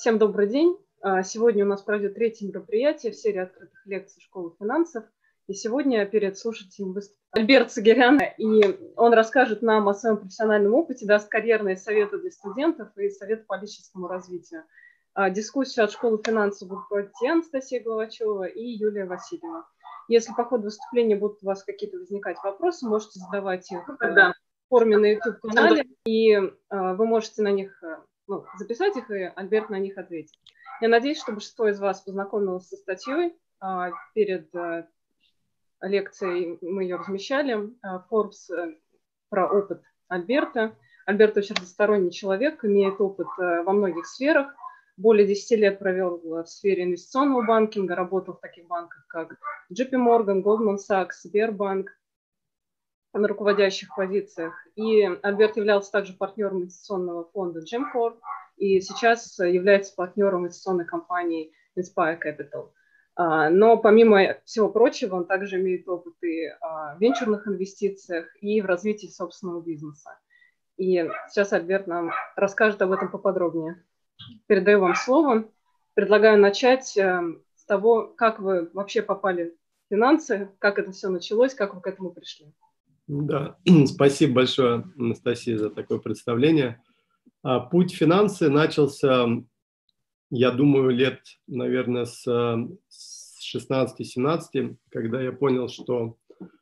Всем добрый день. Сегодня у нас пройдет третье мероприятие в серии открытых лекций школы финансов. И сегодня перед слушателем выступит Альберт Сагирян, и он расскажет нам о своем профессиональном опыте, даст карьерные советы для студентов и советы по личностному развитию. Дискуссию от школы финансов будут проводить Анастасия Головачева и Юлия Васильева. Если по ходу выступления будут у вас какие-то возникать вопросы, можете задавать их в форме на YouTube-канале, и вы можете на них записать их, и Альберт на них ответит. Я надеюсь, что большинство из вас познакомилось со статьей. Перед лекцией мы ее размещали. Forbes про опыт Альберта. Альберт очень разносторонний человек, имеет опыт во многих сферах. Более 10 лет провел в сфере инвестиционного банкинга, работал в таких банках, как JP Morgan, Goldman Sachs, Сбербанк, на руководящих позициях. И Альберт являлся также партнером инвестиционного фонда GEMCorp и сейчас является партнером инвестиционной компании Inspire Capital. Но помимо всего прочего, он также имеет опыт и в венчурных инвестициях, и в развитии собственного бизнеса. И сейчас Альберт нам расскажет об этом поподробнее. Передаю вам слово. Предлагаю начать с того, как вы вообще попали в финансы, как это все началось, как вы к этому пришли. Да, спасибо большое, Анастасия, за такое представление. Путь в финансы начался, я думаю, лет, наверное, с 16-17, когда я понял, что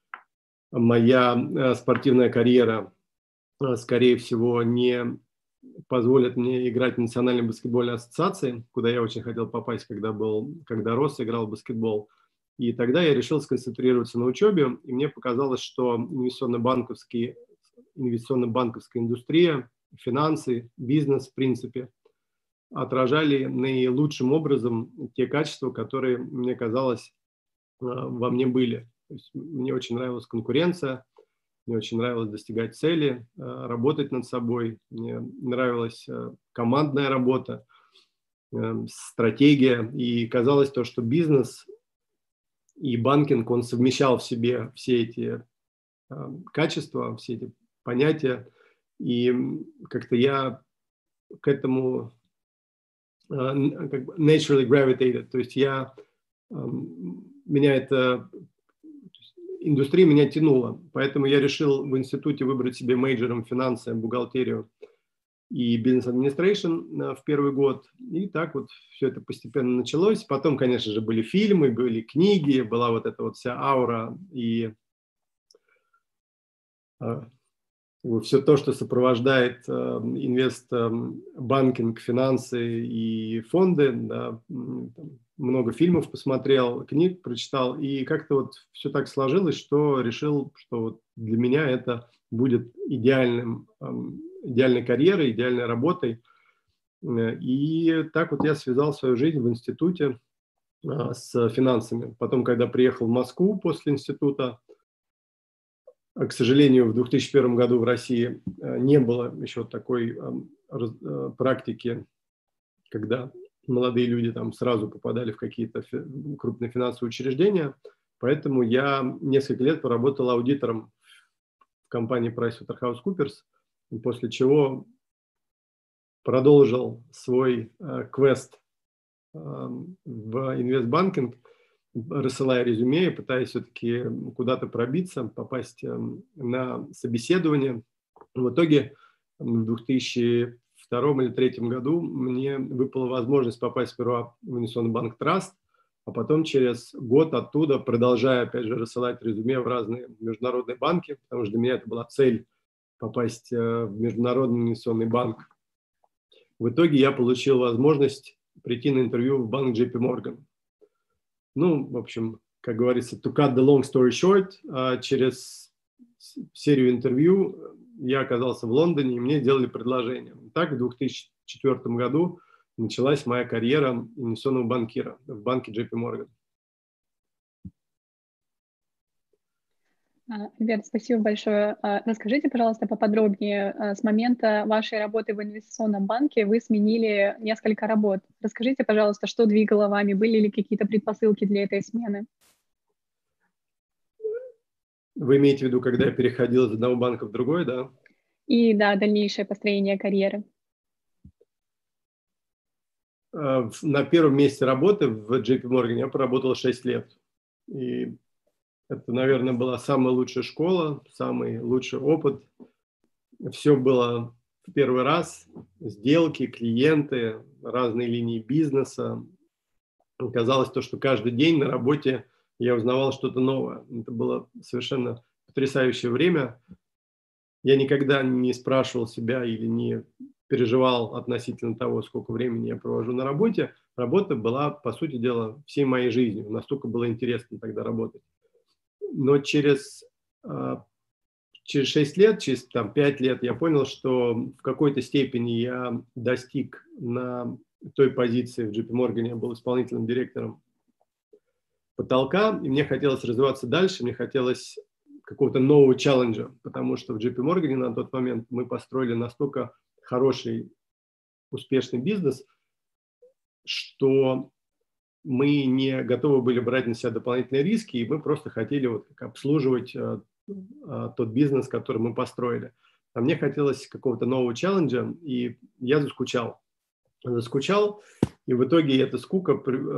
моя спортивная карьера, скорее всего, не позволит мне играть в Национальной баскетбольной ассоциации, куда я очень хотел попасть, когда рос, играл в баскетбол. И тогда я решил сконцентрироваться на учебе, и мне показалось, что инвестиционно-банковская индустрия, финансы, бизнес, в принципе, отражали наилучшим образом те качества, которые, мне казалось, во мне были. То есть мне очень нравилась конкуренция, мне очень нравилось достигать цели, работать над собой, мне нравилась командная работа, стратегия, и казалось то, что бизнес и банкинг, он совмещал в себе все эти качества, все эти понятия, и как-то я к этому naturally gravitated, то есть индустрия меня тянула, поэтому я решил в институте выбрать себе мейджором финансы, бухгалтерию и бизнес-администрейшн в первый год. И так вот все это постепенно началось. Потом, конечно же, были фильмы, были книги, была вот эта вот вся аура и все то, что сопровождает инвестбанкинг, финансы и фонды. Да, много фильмов посмотрел, книг прочитал, и как-то вот все так сложилось, что решил, что вот для меня это будет идеальной карьерой, идеальной работой. И так вот я связал свою жизнь в институте с финансами. Потом, когда приехал в Москву после института, к сожалению, в 2001 году в России не было еще такой практики, когда молодые люди там сразу попадали в какие-то крупные финансовые учреждения. Поэтому я несколько лет поработал аудитором в компании PricewaterhouseCoopers, после чего продолжил свой квест в инвестбанкинг, рассылая резюме и пытаясь все-таки куда-то пробиться, попасть на собеседование. В итоге в 2002 или 2003 году мне выпала возможность попасть сперва в Инвестиционный банк Траст, а потом через год оттуда, продолжая, опять же, рассылать резюме в разные международные банки, потому что для меня это была цель попасть в Международный инвестиционный банк. В итоге я получил возможность прийти на интервью в банк JP Morgan. Ну, в общем, как говорится, to cut the long story short, через серию интервью я оказался в Лондоне, и мне сделали предложение. Так, в 2004 году началась моя карьера инвестиционного банкира в банке JP Morgan. Альберт, спасибо большое. Расскажите, пожалуйста, поподробнее. С момента вашей работы в инвестиционном банке вы сменили несколько работ. Расскажите, пожалуйста, что двигало вами, были ли какие-то предпосылки для этой смены? Вы имеете в виду, когда я переходил из одного банка в другой, да? И, да, дальнейшее построение карьеры. на первом месте работы в JP Morgan я проработал 6 лет. И это, наверное, была самая лучшая школа, самый лучший опыт. Все было в первый раз. Сделки, клиенты, разные линии бизнеса. Казалось, что каждый день на работе я узнавал что-то новое. Это было совершенно потрясающее время. Я никогда не спрашивал себя или не переживал относительно того, сколько времени я провожу на работе. Работа была, по сути дела, всей моей жизнью. Настолько было интересно тогда работать. Но через 6 лет, через 5 лет я понял, что в какой-то степени я достиг на той позиции в JP Morgan, я был исполнительным директором, потолка, и мне хотелось развиваться дальше, мне хотелось какого-то нового челленджа, потому что в JP Morgan на тот момент мы построили настолько хороший, успешный бизнес, что мы не готовы были брать на себя дополнительные риски, и мы просто хотели обслуживать тот бизнес, который мы построили. А мне хотелось какого-то нового челленджа, и я заскучал, и в итоге эта скука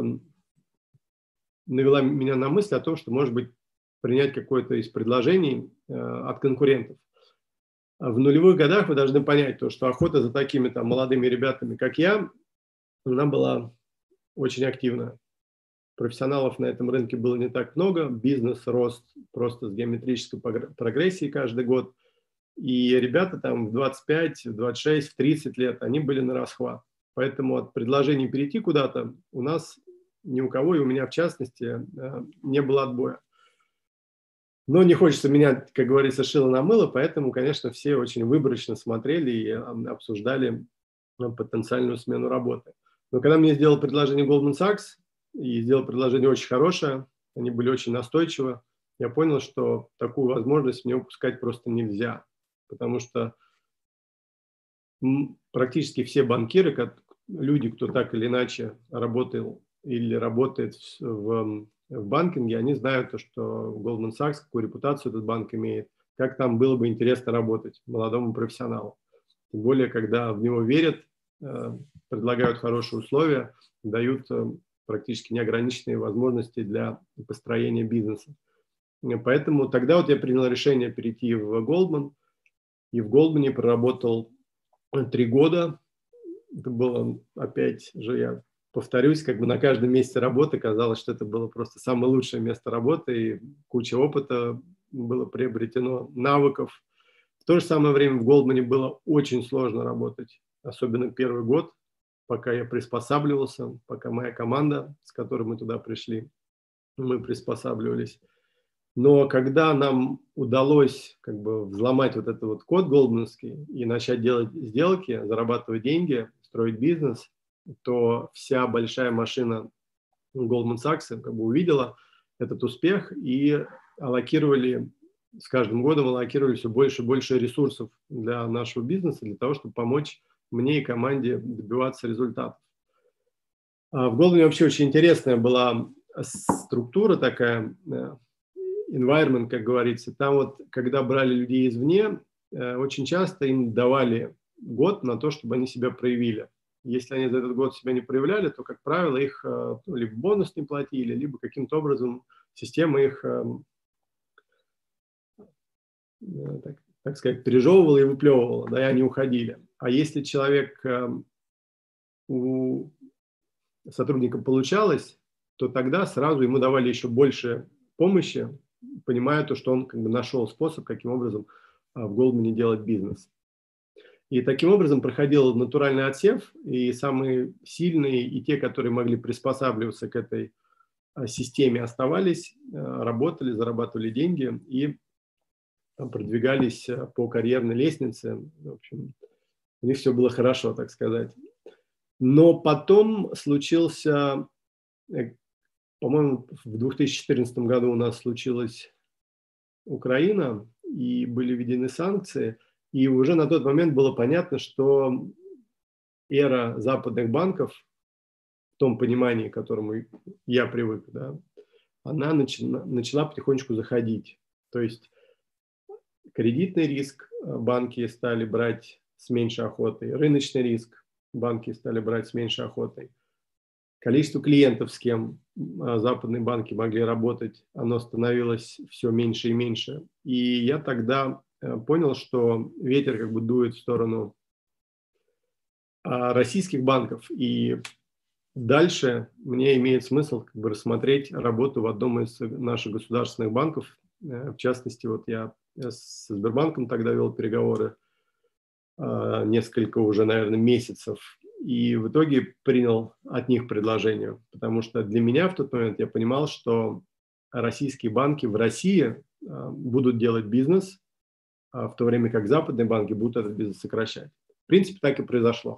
навела меня на мысль о том, что, может быть, принять какое-то из предложений от конкурентов. В нулевых годах вы должны понять то, что охота за такими молодыми ребятами, как я, она была очень активна. Профессионалов на этом рынке было не так много, бизнес рос просто с геометрической прогрессией каждый год. И ребята в 25, в 26, в 30 лет, они были на расхват. Поэтому от предложений перейти куда-то у нас ни у кого, и у меня в частности, не было отбоя. Но не хочется менять, как говорится, шило на мыло, поэтому, конечно, все очень выборочно смотрели и обсуждали потенциальную смену работы. Но когда мне сделал предложение Goldman Sachs, и сделал предложение очень хорошее, они были очень настойчивы, я понял, что такую возможность мне упускать просто нельзя, потому что практически все банкиры, люди, кто так или иначе работал или работает в банкинге, они знают, что Goldman Sachs, какую репутацию этот банк имеет, как там было бы интересно работать молодому профессионалу. Тем более, когда в него верят, предлагают хорошие условия, дают практически неограниченные возможности для построения бизнеса. Поэтому тогда я принял решение перейти в Goldman, и в Goldman проработал 3 года. Это было, опять же, я повторюсь, на каждом месте работы казалось, что это было просто самое лучшее место работы, и куча опыта было приобретено, навыков. В то же самое время в Goldman было очень сложно работать, особенно первый год, пока я приспосабливался, пока моя команда, с которой мы туда пришли, мы приспосабливались. Но когда нам удалось взломать этот код голдманский и начать делать сделки, зарабатывать деньги, строить бизнес, то вся большая машина Goldman Sachs увидела этот успех и с каждым годом аллокировали все больше и больше ресурсов для нашего бизнеса, для того, чтобы помочь мне и команде добиваться результатов. В Goldman вообще очень интересная была структура такая, environment, как говорится. Там когда брали людей извне, очень часто им давали год на то, чтобы они себя проявили. Если они за этот год себя не проявляли, то, как правило, их либо бонус не платили, либо каким-то образом система их, так сказать, пережевывала и выплевывала, и они уходили. А если у сотрудника получалось, то тогда сразу ему давали еще больше помощи, понимая что он нашел способ, каким образом в Goldman делать бизнес. И таким образом проходил натуральный отсев, и самые сильные, и те, которые могли приспосабливаться к этой системе, оставались, работали, зарабатывали деньги и продвигались по карьерной лестнице. В общем, у них все было хорошо, так сказать. Но потом случился, по-моему, в 2014 году у нас случилась Украина, и были введены санкции, и уже на тот момент было понятно, что эра западных банков, в том понимании, к которому я привык, она начала потихонечку заходить. То есть кредитный риск банки стали брать с меньшей охотой, рыночный риск банки стали брать с меньшей охотой. Количество клиентов, с кем западные банки могли работать, оно становилось все меньше и меньше. И я тогда понял, что ветер как бы дует в сторону российских банков. И дальше мне имеет смысл как бы рассмотреть работу в одном из наших государственных банков. В частности, вот я с Сбербанком тогда вел переговоры несколько уже, наверное, месяцев. И в итоге принял от них предложение, потому что для меня в тот момент я понимал, что российские банки в России будут делать бизнес, в то время как западные банки будут этот бизнес сокращать. В принципе, так и произошло.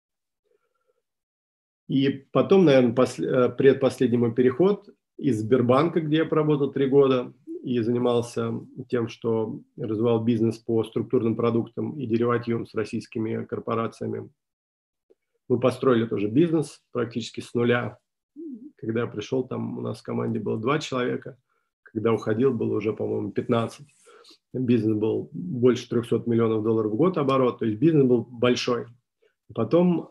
И потом, наверное, предпоследний мой переход из Сбербанка, где я поработал 3 года и занимался тем, что развивал бизнес по структурным продуктам и деривативам с российскими корпорациями. Мы построили тоже бизнес практически с нуля. Когда я пришел, там у нас в команде было 2 человека. Когда уходил, было уже, по-моему, 15. Бизнес был больше $300 миллионов в год оборот. То есть бизнес был большой. Потом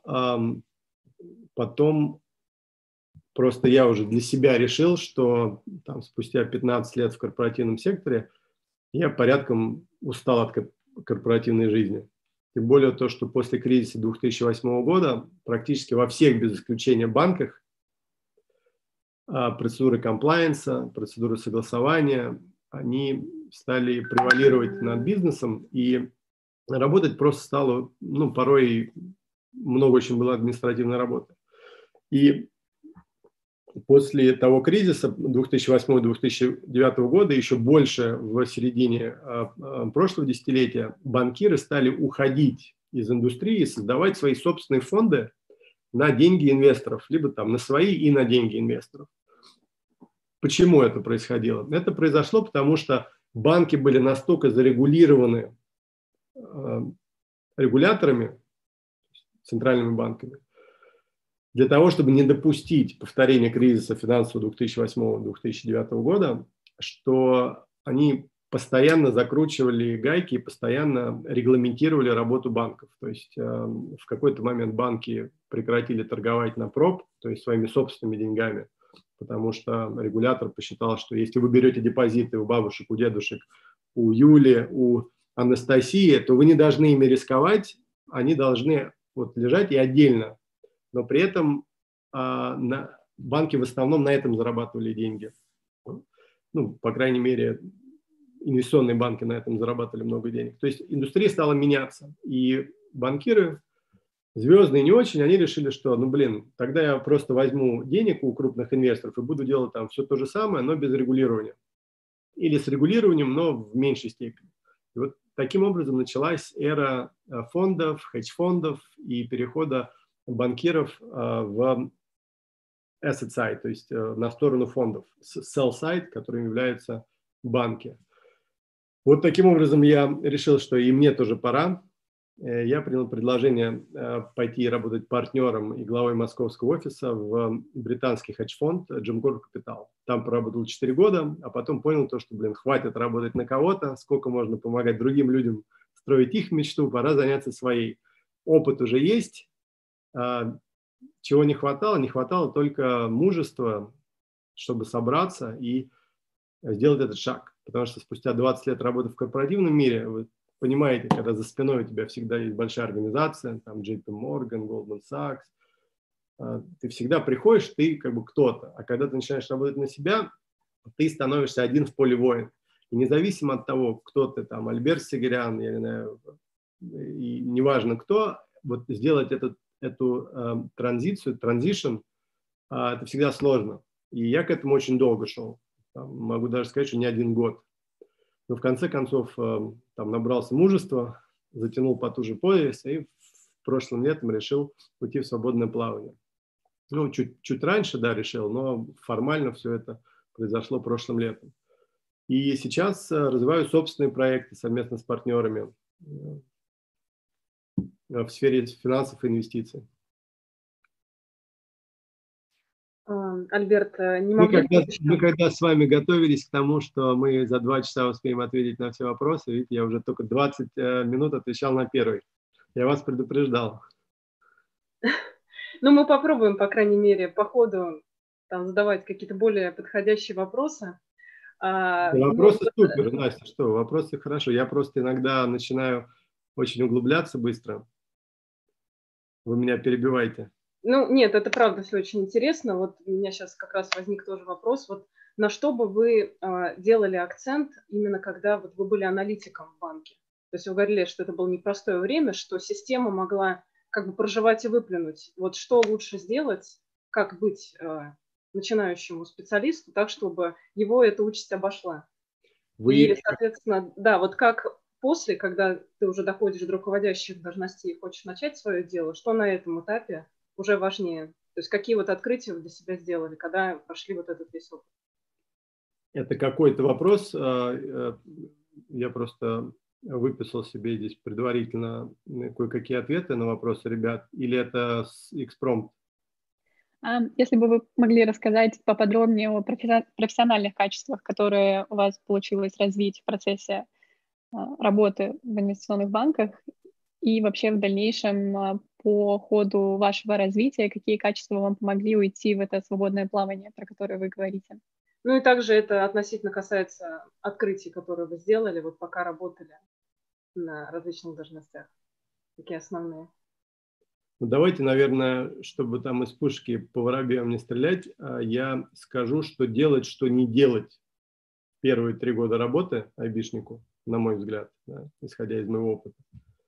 просто я уже для себя решил, что там, спустя 15 лет в корпоративном секторе я порядком устал от корпоративной жизни. Тем более то, что после кризиса 2008 года практически во всех, без исключения, банках процедуры комплаенса, процедуры согласования, они стали превалировать над бизнесом, и работать просто стало, порой много очень было административной работы. И после того кризиса 2008-2009 года, еще больше в середине прошлого десятилетия, банкиры стали уходить из индустрии и создавать свои собственные фонды на деньги инвесторов, либо там на свои и на деньги инвесторов. Почему это происходило? Это произошло, потому что банки были настолько зарегулированы регуляторами, центральными банками, для того, чтобы не допустить повторения кризиса финансового 2008-2009 года, что они постоянно закручивали гайки и постоянно регламентировали работу банков. То есть в какой-то момент банки прекратили торговать на проб, то есть своими собственными деньгами, потому что регулятор посчитал, что если вы берете депозиты у бабушек, у дедушек, у Юли, у Анастасии, то вы не должны ими рисковать, они должны лежать и отдельно. Но при этом банки в основном на этом зарабатывали деньги. По крайней мере, инвестиционные банки на этом зарабатывали много денег. То есть индустрия стала меняться. И банкиры, звездные не очень, они решили, что, тогда я просто возьму денег у крупных инвесторов и буду делать там все то же самое, но без регулирования. Или с регулированием, но в меньшей степени. И вот таким образом началась эра фондов, хедж-фондов и перехода банкиров в asset side, то есть на сторону фондов, sell side, которым являются банки. Вот таким образом я решил, что и мне тоже пора. Я принял предложение пойти работать партнером и главой московского офиса в британский хедж-фонд Gemcorp Capital. Там проработал 4 года, а потом понял то, что, хватит работать на кого-то, сколько можно помогать другим людям строить их мечту, пора заняться своей. Опыт уже есть. Чего не хватало? Не хватало только мужества, чтобы собраться и сделать этот шаг. Потому что спустя 20 лет работы в корпоративном мире, вы понимаете, когда за спиной у тебя всегда есть большая организация, там JP Morgan, Goldman Sachs, ты всегда приходишь, ты как бы кто-то. А когда ты начинаешь работать на себя, ты становишься один в поле воин. И независимо от того, кто ты, там, Альберт Сигерян, я не знаю, и неважно кто, вот сделать эту транзишн, это всегда сложно. И я к этому очень долго шел. Могу даже сказать, что не 1 год. Но в конце концов набрался мужества, затянул потуже пояс и прошлым летом решил уйти в свободное плавание. Чуть раньше, да, решил, но формально все это произошло прошлым летом. И сейчас развиваю собственные проекты совместно с партнерами в сфере финансов и инвестиций. Альберт, не Мы могли бы... когда с вами готовились к тому, что мы за 2 часа успеем ответить на все вопросы, видите, я уже только 20 минут отвечал на первый. Я вас предупреждал. Ну, мы попробуем, по крайней мере, по ходу там задавать какие-то более подходящие вопросы. Вопросы супер, Настя, что, вопросы хорошо. Я просто иногда начинаю очень углубляться быстро. Вы меня перебиваете. Ну, нет, это правда все очень интересно. Вот у меня сейчас как раз возник тоже вопрос. Вот на что бы вы делали акцент именно когда вот вы были аналитиком в банке? То есть вы говорили, что это было непростое время, что система могла как бы проживать и выплюнуть. Вот что лучше сделать, как быть начинающему специалисту, так, чтобы его эта участь обошла? И, соответственно, да, вот как после, когда ты уже доходишь до руководящих должностей и хочешь начать свое дело, что на этом этапе уже важнее? То есть какие вот открытия вы для себя сделали, когда прошли вот этот весь опыт? Это какой-то вопрос. Я просто выписал себе здесь предварительно кое-какие ответы на вопросы ребят. Или это экспромт? Если бы вы могли рассказать поподробнее о профессиональных качествах, которые у вас получилось развить в процессе работы в инвестиционных банках и вообще в дальнейшем по ходу вашего развития, какие качества вам помогли уйти в это свободное плавание, про которое вы говорите? Ну и также это относительно касается открытий, которые вы сделали, вот пока работали на различных должностях. Какие основные? Ну, давайте, наверное, чтобы там из пушки по воробьям не стрелять, я скажу, что делать, что не делать первые 3 года работы айбишнику, на мой взгляд, да, исходя из моего опыта.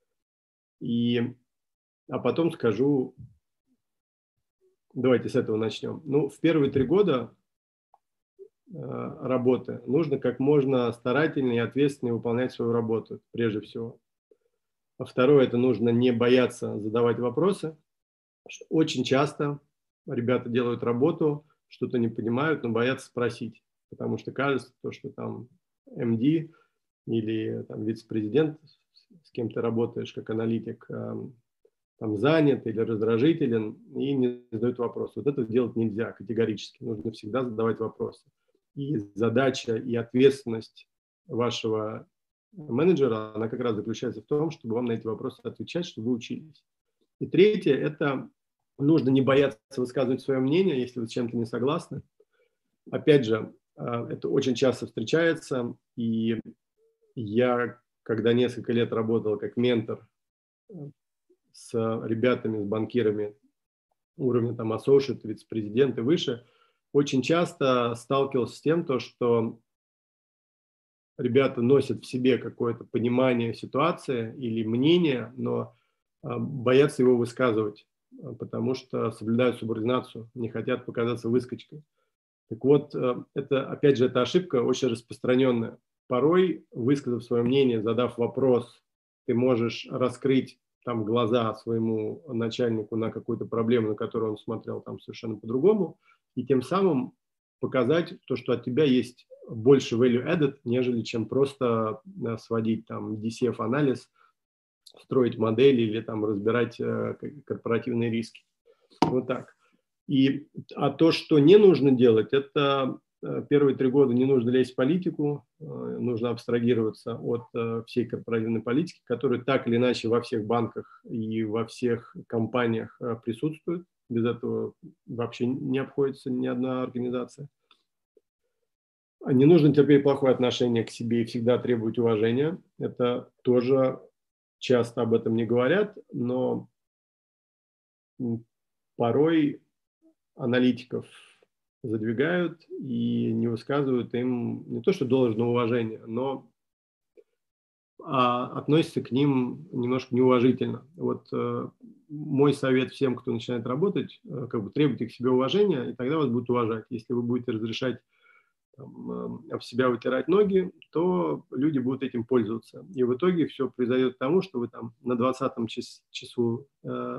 А потом скажу, давайте с этого начнем. Ну, в первые 3 года работы нужно как можно старательнее и ответственнее выполнять свою работу, прежде всего. А второе, это нужно не бояться задавать вопросы. Очень часто ребята делают работу, что-то не понимают, но боятся спросить, потому что кажется, что там МД или там вице-президент, с кем ты работаешь как аналитик, там занят или раздражителен и не задают вопрос. Вот это делать нельзя категорически. Нужно всегда задавать вопросы. И задача и ответственность вашего менеджера, она как раз заключается в том, чтобы вам на эти вопросы отвечать, чтобы вы учились. И третье, это нужно не бояться высказывать свое мнение, если вы с чем-то не согласны. Опять же, это очень часто встречается, и я, когда несколько лет работал как ментор с ребятами, с банкирами уровня там associate, вице-президент и выше, очень часто сталкивался с тем, что ребята носят в себе какое-то понимание ситуации или мнение, но боятся его высказывать, потому что соблюдают субординацию, не хотят показаться выскочкой. Так вот, это, опять же, эта ошибка очень распространенная. Порой, высказав свое мнение, задав вопрос, ты можешь раскрыть там глаза своему начальнику на какую-то проблему, на которую он смотрел там совершенно по-другому, и тем самым показать то, что от тебя есть больше value added, нежели чем просто сводить там DCF-анализ, строить модели или там разбирать корпоративные риски. Вот так. А то, что не нужно делать, это первые 3 года не нужно лезть в политику, нужно абстрагироваться от всей корпоративной политики, которая так или иначе во всех банках и во всех компаниях присутствует. Без этого вообще не обходится ни одна организация. Не нужно терпеть плохое отношение к себе и всегда требовать уважения. Это тоже часто об этом не говорят, но порой аналитиков задвигают и не высказывают им не то что должное уважение, но относятся к ним немножко неуважительно. Вот мой совет всем, кто начинает работать, как бы требуйте к себе уважения, и тогда вас будут уважать. Если вы будете разрешать об себя вытирать ноги, то люди будут этим пользоваться. И в итоге все произойдет к тому, что вы там на 20-м часу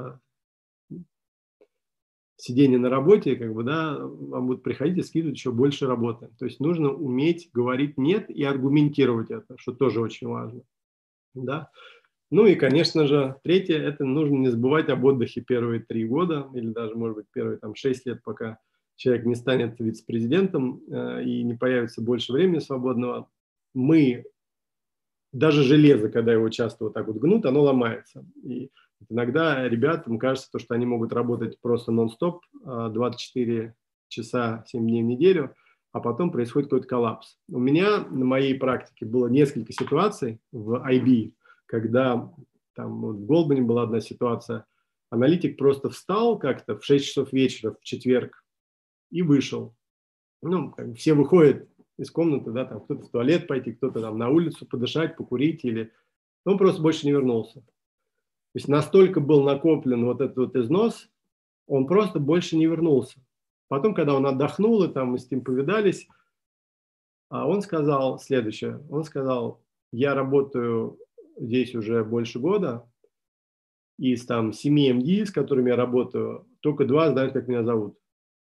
сидение на работе, как бы, да, вам будут приходить и скидывать еще больше работы. То есть нужно уметь говорить «нет» и аргументировать это, что тоже очень важно. Да? Ну и, конечно же, третье, это нужно не забывать об отдыхе первые 3 года или даже, может быть, первые там 6 лет, пока человек не станет вице-президентом и не появится больше времени свободного. Даже железо, когда его часто вот так вот гнут, оно ломается. И Иногда ребятам кажется, что они могут работать просто нон-стоп 24 часа, 7 дней в неделю, а потом происходит какой-то коллапс. У меня на моей практике было несколько ситуаций в IB, когда там вот в Goldman была одна ситуация, аналитик просто встал как-то в 6 часов вечера в четверг и вышел. Ну, все выходят из комнаты, да, там кто-то в туалет пойти, кто-то там на улицу подышать, покурить, или он просто больше не вернулся. То есть настолько был накоплен вот этот вот износ, он просто больше не вернулся. Потом, когда он отдохнул, и там мы с ним повидались, он сказал следующее. Он сказал, я работаю здесь уже больше года, из там 7 MD, с которыми я работаю, только 2 знают, как меня зовут.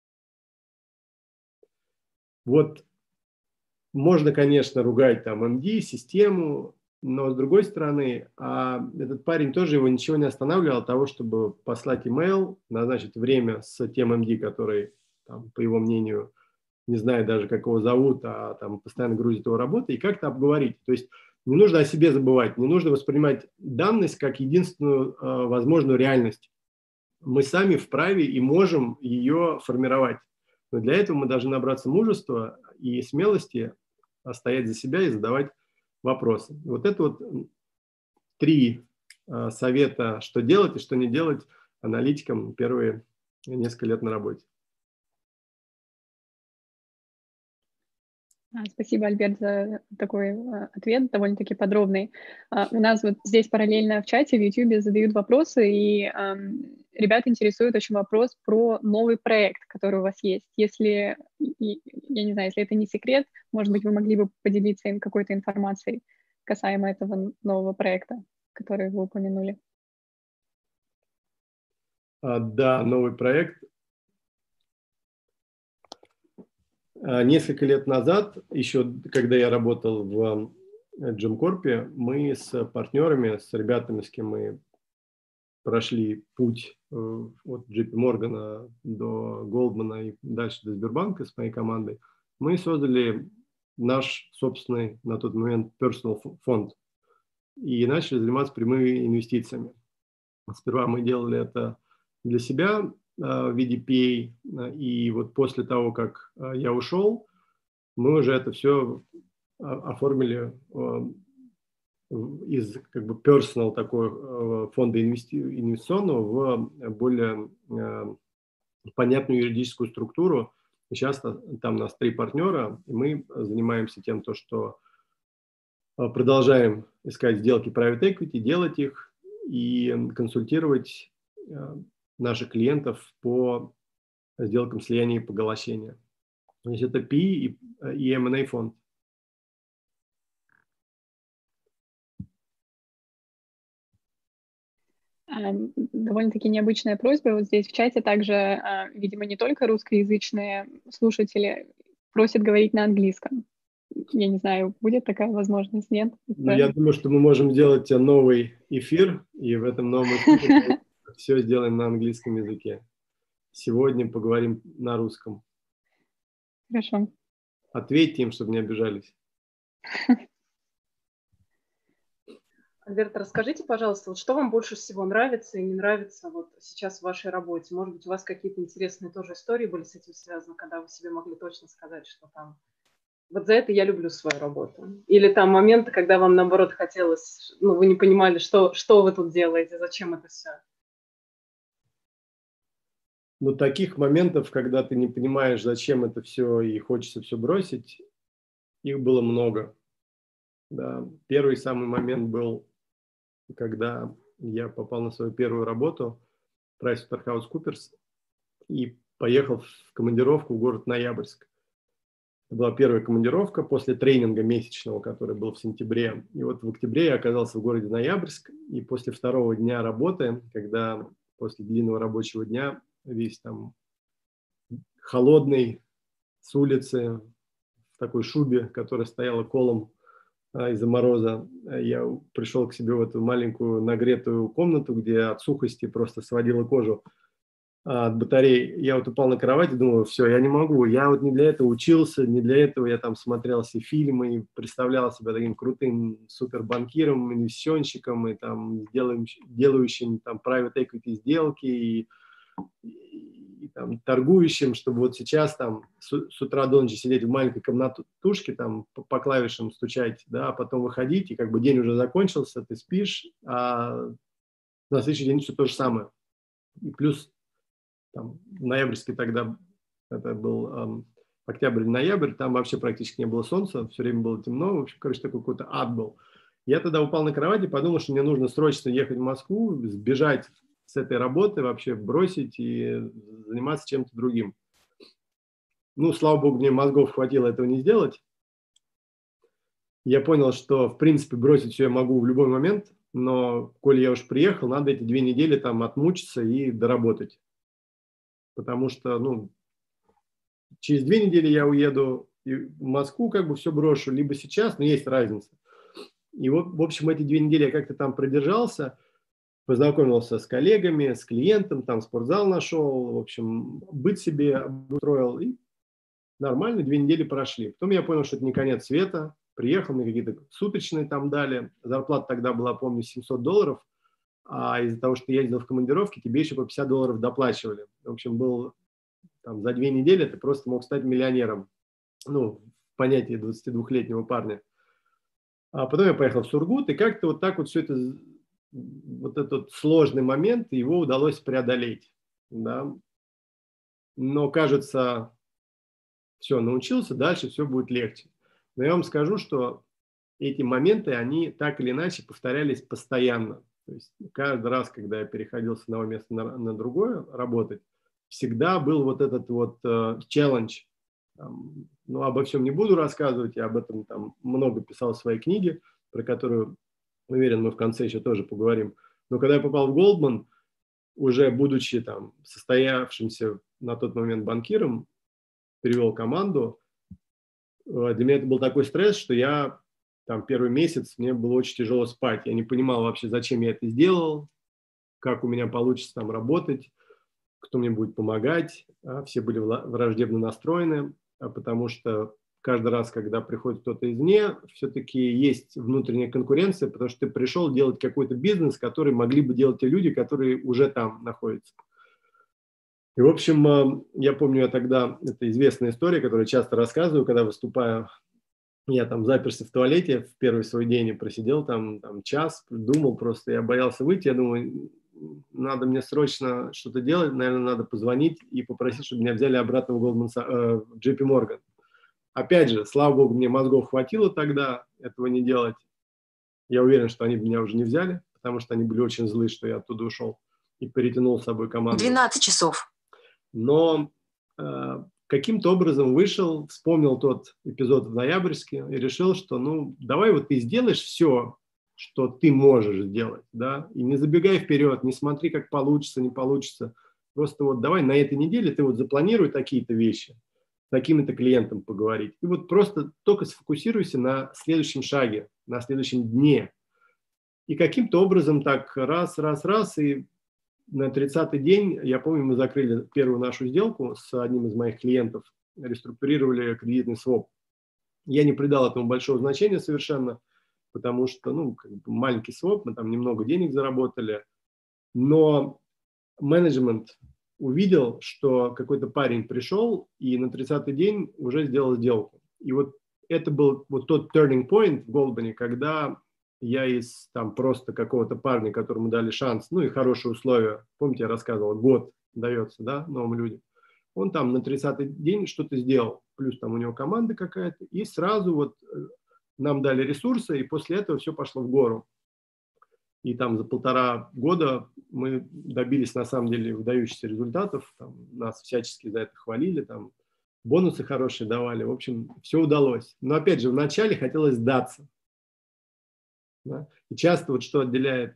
Вот можно, конечно, ругать там MD, систему, но с другой стороны, этот парень тоже, его ничего не останавливало от того, чтобы послать имейл, назначить время с тем MD, который, там, по его мнению, не знает даже, как его зовут, а там постоянно грузит его работу, и как-то обговорить. То есть не нужно о себе забывать, не нужно воспринимать данность как единственную возможную реальность. Мы сами вправе и можем ее формировать. Но для этого мы должны набраться мужества и смелости стоять за себя и задавать вопросы. Вот это вот 3 совета, что делать и что не делать аналитикам первые несколько лет на работе. Спасибо, Альберт, за такой ответ, довольно-таки подробный. У нас вот здесь параллельно в чате в YouTube задают вопросы, и ребят интересует очень вопрос про новый проект, который у вас есть. Если, я не знаю, если это не секрет, может быть, вы могли бы поделиться им какой-то информацией касаемо этого нового проекта, который вы упомянули. Да, новый проект. Несколько лет назад, еще когда я работал в Джемкорпе, мы с партнерами, с ребятами, с кем мы прошли путь от JP Morgan до Goldman и дальше до Сбербанка с моей командой, мы создали наш собственный на тот момент personal фонд и начали заниматься прямыми инвестициями. Сперва мы делали это для себя в виде PA, и вот после того, как я ушел, мы уже это все оформили из как бы personal такой фонда инвестиционного в более понятную юридическую структуру. И сейчас там у нас 3 партнера, и мы занимаемся тем, что продолжаем искать сделки private equity, делать их и консультировать наших клиентов по сделкам слияния и поглощения. То есть это PE и M&A фонд. Довольно-таки необычная просьба. Вот здесь в чате также, видимо, не только русскоязычные слушатели просят говорить на английском. Я не знаю, будет такая возможность, нет? Ну, я думаю, что мы можем сделать новый эфир, и в этом новом эфире все сделаем на английском языке. Сегодня поговорим на русском. Хорошо. Ответьте им, чтобы не обижались. Альберт, расскажите, пожалуйста, вот что вам больше всего нравится и не нравится вот сейчас в вашей работе? Может быть, у вас какие-то интересные тоже истории были с этим связаны, когда вы себе могли точно сказать, что там вот за это я люблю свою работу? Или там моменты, когда вам, наоборот, хотелось, ну, вы не понимали, что вы тут делаете, зачем это все? Но таких моментов, когда ты не понимаешь, зачем это все и хочется все бросить, их было много. Да. Первый самый момент был, когда я попал на свою первую работу в PricewaterhouseCoopers и поехал в командировку в город Ноябрьск. Это была первая командировка после тренинга месячного, который был в сентябре. И вот в октябре я оказался в городе Ноябрьск, и после 2-го дня работы, когда после длинного рабочего дня весь там холодный, с улицы, в такой шубе, которая стояла колом из-за мороза, я пришел к себе в эту маленькую нагретую комнату, где от сухости просто сводила кожу. от батареи. Я вот упал на кровать и думаю, все, я не могу. Я вот не для этого учился, не для этого я там смотрел все фильмы и представлял себя таким крутым супербанкиром, инвестиционщиком и там делающим там private equity сделки и там торгующим, чтобы вот сейчас там с утра до ночи сидеть в маленькой комнатушке, там по клавишам стучать, да, а потом выходить, и как бы день уже закончился, ты спишь, а на следующий день все то же самое. И плюс там, ноябрьский тогда, это был октябрь-ноябрь, там вообще практически не было солнца, все время было темно, в общем, короче, такой какой-то ад был. Я тогда упал на кровать и подумал, что мне нужно срочно ехать в Москву, сбежать с этой работы, вообще бросить и заниматься чем-то другим. Ну, слава богу, мне мозгов хватило этого не сделать. Я понял, что, в принципе, бросить все я могу в любой момент, но, коли я уж приехал, надо эти 2 недели там отмучиться и доработать. Потому что, ну, через 2 недели я уеду в Москву, как бы все брошу, либо сейчас, но есть разница. И вот, в общем, эти 2 недели я как-то там продержался, познакомился с коллегами, с клиентом, там спортзал нашел, в общем, быт себе обустроил, и нормально 2 недели прошли. Потом я понял, что это не конец света, приехал, мне какие-то суточные там дали, зарплата тогда была, помню, $700, а из-за того, что я ездил в командировке, тебе еще по $50 доплачивали. В общем, был там, за 2 недели ты просто мог стать миллионером, ну, в понятии 22-летнего парня. А потом я поехал в Сургут, и как-то вот так вот все это, вот этот сложный момент, его удалось преодолеть, да. Но, кажется, все, научился, дальше все будет легче. Но я вам скажу, что эти моменты, они так или иначе повторялись постоянно. То есть каждый раз, когда я переходил с одного места на другое работать, всегда был вот этот вот челлендж. Ну, обо всем не буду рассказывать, я об этом там много писал в своей книге, про которую, уверен, мы в конце еще тоже поговорим. Но когда я попал в Goldman, уже будучи там состоявшимся на тот момент банкиром, перевел команду, для меня это был такой стресс, что я там первый месяц, мне было очень тяжело спать. Я не понимал вообще, зачем я это сделал, как у меня получится там работать, кто мне будет помогать. Все были враждебно настроены, потому что каждый раз, когда приходит кто-то извне, все-таки есть внутренняя конкуренция, потому что ты пришел делать какой-то бизнес, который могли бы делать те люди, которые уже там находятся. И, в общем, я помню, я тогда, это известная история, которую я часто рассказываю, когда выступаю, я там заперся в туалете в первый свой день и просидел там час, думал просто, я боялся выйти, я думаю, надо мне срочно что-то делать, наверное, надо позвонить и попросить, чтобы меня взяли обратно в JP Morgan. Опять же, слава богу, мне мозгов хватило тогда этого не делать. Я уверен, что они меня уже не взяли, потому что они были очень злы, что я оттуда ушел и перетянул с собой команду. 12 часов. Но каким-то образом вышел, вспомнил тот эпизод в ноябрьске и решил, что ну давай вот ты сделаешь все, что ты можешь сделать, да, и не забегай вперед, не смотри, как получится, не получится. Просто вот давай на этой неделе ты вот запланируй такие-то вещи, с таким-то клиентом поговорить. И вот просто только сфокусируйся на следующем шаге, на следующем дне. И каким-то образом так раз, и на 30-й день, я помню, мы закрыли первую нашу сделку с одним из моих клиентов, реструктурировали кредитный своп. Я не придал этому большого значения совершенно, потому что, ну, как бы маленький своп, мы там немного денег заработали, но менеджмент увидел, что какой-то парень пришел и на 30-й день уже сделал сделку. И вот это был вот тот turning point в Goldman, когда я из там просто какого-то парня, которому дали шанс, ну и хорошие условия, помните, я рассказывал, год дается, да, новым людям, он там на 30-й день что-то сделал, плюс там у него команда какая-то, и сразу вот нам дали ресурсы, и после этого все пошло в гору. И там за 1,5 года мы добились на самом деле выдающихся результатов, там, нас всячески за это хвалили, там, бонусы хорошие давали, в общем, все удалось. Но опять же, вначале хотелось сдаться. Да? И часто вот что отделяет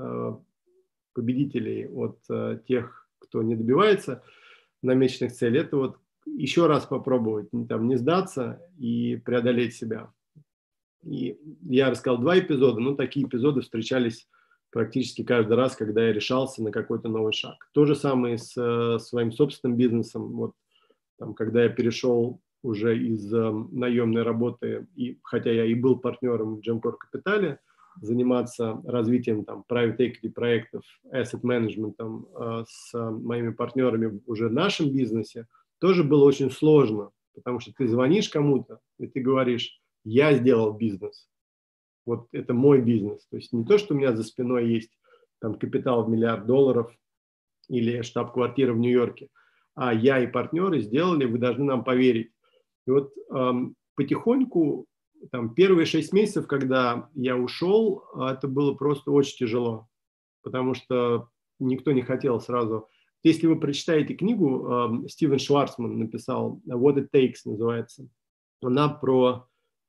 победителей от тех, кто не добивается намеченных целей, это вот еще раз попробовать, там, не сдаться и преодолеть себя. И я рассказал 2 эпизода, но такие эпизоды встречались практически каждый раз, когда я решался на какой-то новый шаг. То же самое с своим собственным бизнесом. Вот, там, когда я перешел уже из наемной работы, хотя я и был партнером в GEMCore Capital, заниматься развитием там, private equity проектов, asset management с моими партнерами уже в нашем бизнесе, тоже было очень сложно, потому что ты звонишь кому-то, и ты говоришь: я сделал бизнес. Вот это мой бизнес. То есть не то, что у меня за спиной есть там капитал в $1 миллиард или штаб-квартира в Нью-Йорке, а я и партнеры сделали, вы должны нам поверить. И вот потихоньку, там, первые 6 месяцев, когда я ушел, это было просто очень тяжело, потому что никто не хотел сразу. Если вы прочитаете книгу, Стивен Шварцман написал «What it takes» называется. Она про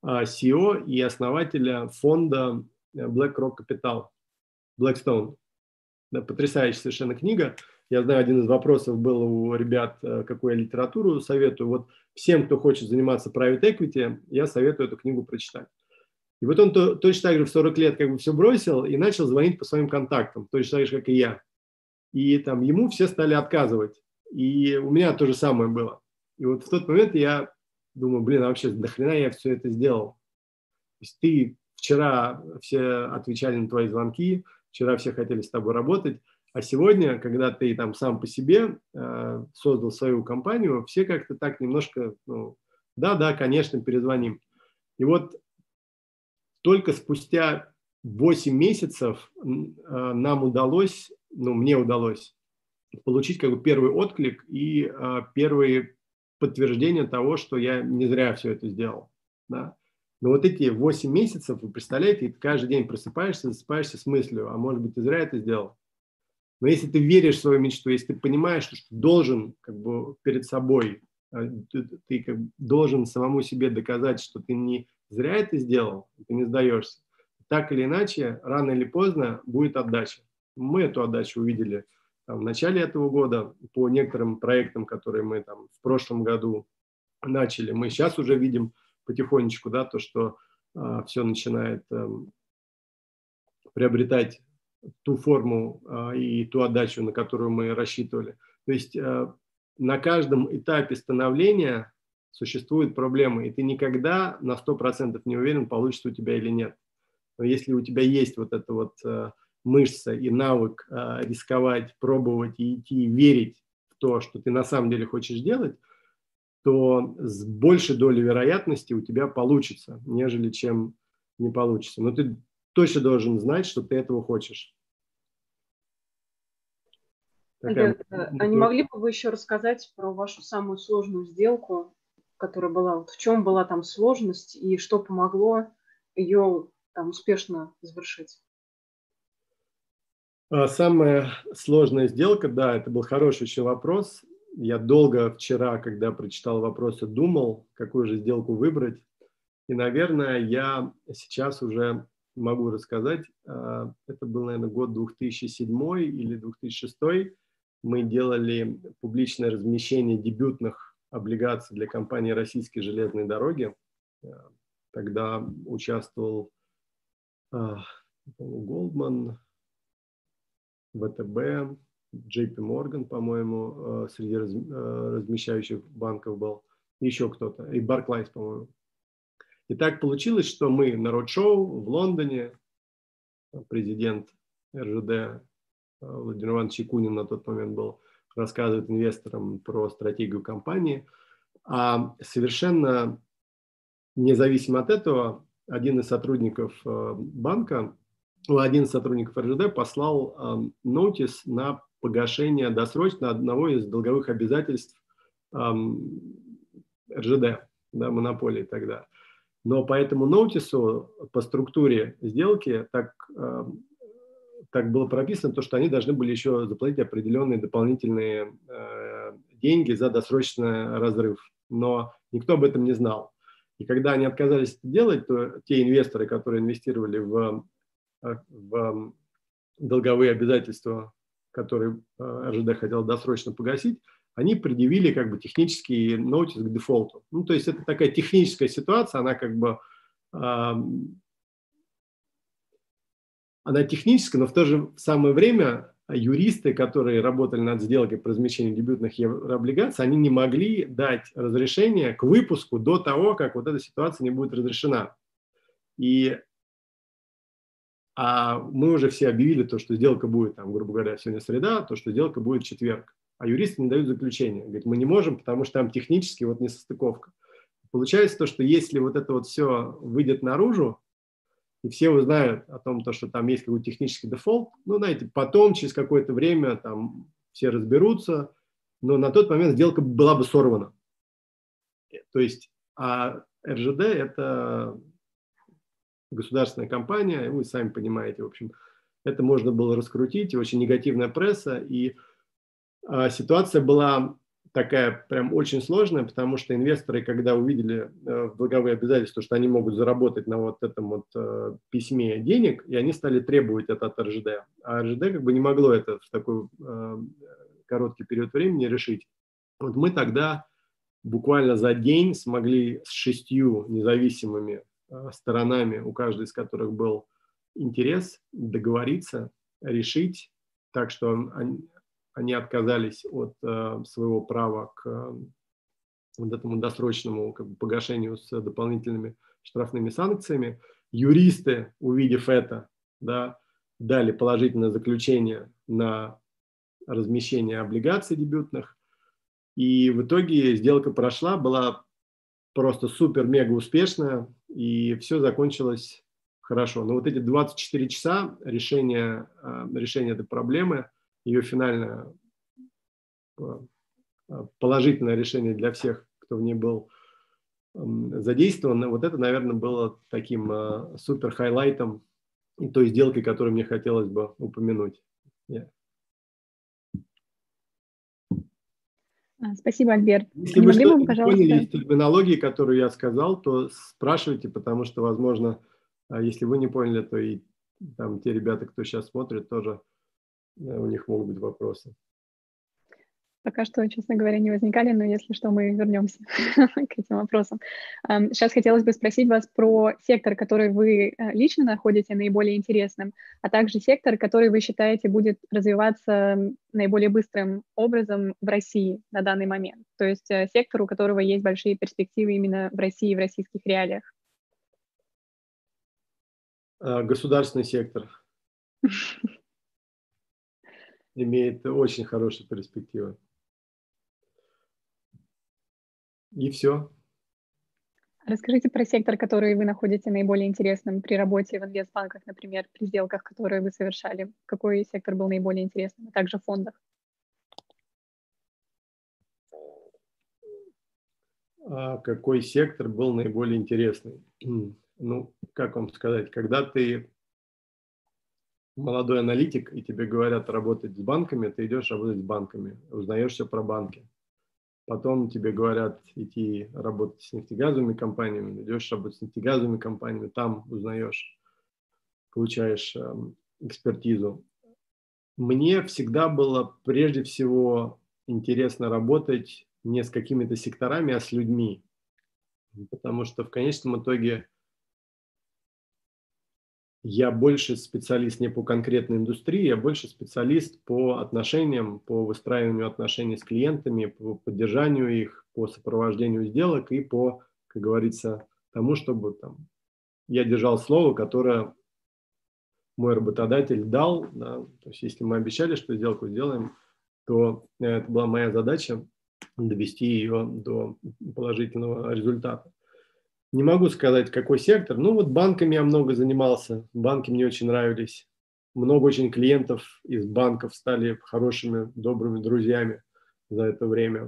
CEO и основателя фонда BlackRock Capital, Blackstone. Да, потрясающая совершенно книга. Я знаю, один из вопросов был у ребят, какую я литературу советую. Вот всем, кто хочет заниматься private equity, я советую эту книгу прочитать. И вот он точно так же в 40 лет как бы все бросил и начал звонить по своим контактам, точно так же, как и я. И там ему все стали отказывать. И у меня то же самое было. И вот в тот момент я думаю, блин, а вообще нахрена я все это сделал? То есть ты вчера все отвечали на твои звонки, вчера все хотели с тобой работать, а сегодня, когда ты там сам по себе создал свою компанию, все как-то так немножко, ну, да, конечно, перезвоним. И вот только спустя 8 месяцев нам удалось, ну, мне удалось получить как бы первый отклик и первые подтверждения того, что я не зря все это сделал. Да? Но вот эти 8 месяцев, вы представляете, ты каждый день просыпаешься, засыпаешься с мыслью, а может быть, ты зря это сделал. Но если ты веришь в свою мечту, если ты понимаешь, что ты должен как бы перед собой, ты как бы должен самому себе доказать, что ты не зря это сделал, ты не сдаешься. Так или иначе, рано или поздно будет отдача. Мы эту отдачу увидели там, в начале этого года по некоторым проектам, которые мы там в прошлом году начали. Мы сейчас уже видим потихонечку, да, то, что все начинает приобретать ту форму и ту отдачу, на которую мы рассчитывали. То есть на каждом этапе становления существуют проблемы, и ты никогда на 100% не уверен, получится у тебя или нет. Но если у тебя есть вот эта вот мышца и навык рисковать, пробовать и идти, верить в то, что ты на самом деле хочешь делать, то с большей долей вероятности у тебя получится, нежели чем не получится. Но ты точно должен знать, что ты этого хочешь. А не могли бы вы еще рассказать про вашу самую сложную сделку, которая была? Вот в чем была там сложность и что помогло ее там успешно завершить? Самая сложная сделка, да, это был хороший еще вопрос. Я долго вчера, когда прочитал вопросы, думал, какую же сделку выбрать. И, наверное, я сейчас уже могу рассказать. Это был, наверное, год 2007 или 2006. Мы делали публичное размещение дебютных облигаций для компании «Российские железные дороги». Тогда участвовал Goldman, ВТБ, JP Morgan, по-моему, среди размещающих банков был, еще кто-то, и Barclays, по-моему. И так получилось, что мы на роуд-шоу в Лондоне, президент РЖД Владимир Иванович Якунин на тот момент был, рассказывает инвесторам про стратегию компании, а совершенно независимо от этого один из сотрудников банка, один из сотрудников РЖД послал нотис на погашение досрочно одного из долговых обязательств РЖД, да, монополии тогда. Но по этому нотису, по структуре сделки, так было прописано, то, что они должны были еще заплатить определенные дополнительные деньги за досрочный разрыв. Но никто об этом не знал. И когда они отказались это делать, то те инвесторы, которые инвестировали в долговые обязательства, которые РЖД хотел досрочно погасить, они предъявили как бы технический нотис к дефолту. Ну, то есть это такая техническая ситуация, она как бы она техническая, но в то же самое время юристы, которые работали над сделкой по размещению дебютных еврооблигаций, они не могли дать разрешение к выпуску до того, как вот эта ситуация не будет разрешена. А мы уже все объявили то, что сделка будет, там, грубо говоря, сегодня среда, то, что сделка будет в четверг. А юристы не дают заключения. Говорят, мы не можем, потому что там технически вот несостыковка. Получается то, что если вот это вот все выйдет наружу, и все узнают о том, что там есть какой-то технический дефолт, ну, знаете, потом, через какое-то время, там все разберутся, но на тот момент сделка была бы сорвана. То есть, а РЖД – это государственная компания, вы сами понимаете, в общем, это можно было раскрутить, очень негативная пресса, и ситуация была такая прям очень сложная, потому что инвесторы, когда увидели в долговые обязательства, что они могут заработать на вот этом вот письме денег, и они стали требовать это от РЖД. А РЖД как бы не могло это в такой короткий период времени решить. Вот мы тогда буквально за день смогли с 6 независимыми сторонами, у каждой из которых был интерес, договориться, решить, так что они отказались от своего права к вот этому досрочному как бы погашению с дополнительными штрафными санкциями. Юристы, увидев это, да, дали положительное заключение на размещение облигаций дебютных. И в итоге сделка прошла, была просто супер-мега успешная, и все закончилось хорошо. Но вот эти 24 часа решения этой проблемы, ее финальное положительное решение для всех, кто в ней был задействован, вот это, наверное, было таким супер-хайлайтом той сделки, которую мне хотелось бы упомянуть. Спасибо, Альберт. Если вы что-то не поняли из терминологии, которую я сказал, то спрашивайте, потому что, возможно, если вы не поняли, то и там те ребята, кто сейчас смотрит, тоже у них могут быть вопросы. Пока что, честно говоря, не возникали, но если что, мы вернемся к этим вопросам. Сейчас хотелось бы спросить вас про сектор, который вы лично находите наиболее интересным, а также сектор, который вы считаете будет развиваться наиболее быстрым образом в России на данный момент. То есть сектор, у которого есть большие перспективы именно в России и в российских реалиях. Государственный сектор имеет очень хорошие перспективы. И все. Расскажите про сектор, который вы находите наиболее интересным при работе в инвестбанках, например, при сделках, которые вы совершали. Какой сектор был наиболее интересным, а также в фондах? Какой сектор был наиболее интересный? Ну, как вам сказать, когда ты молодой аналитик, и тебе говорят работать с банками, ты идешь работать с банками, узнаешь все про банки. Потом тебе говорят идти работать с нефтегазовыми компаниями, идешь работать с нефтегазовыми компаниями, там узнаешь, получаешь экспертизу. Мне всегда было прежде всего интересно работать не с какими-то секторами, а с людьми, потому что в конечном итоге я больше специалист не по конкретной индустрии, я больше специалист по отношениям, по выстраиванию отношений с клиентами, по поддержанию их, по сопровождению сделок и по, как говорится, тому, чтобы там, я держал слово, которое мой работодатель дал. Да, то есть если мы обещали, что сделку сделаем, то это была моя задача довести ее до положительного результата. Не могу сказать, какой сектор. Ну, вот банками я много занимался. Банки мне очень нравились. Много очень клиентов из банков стали хорошими, добрыми друзьями за это время.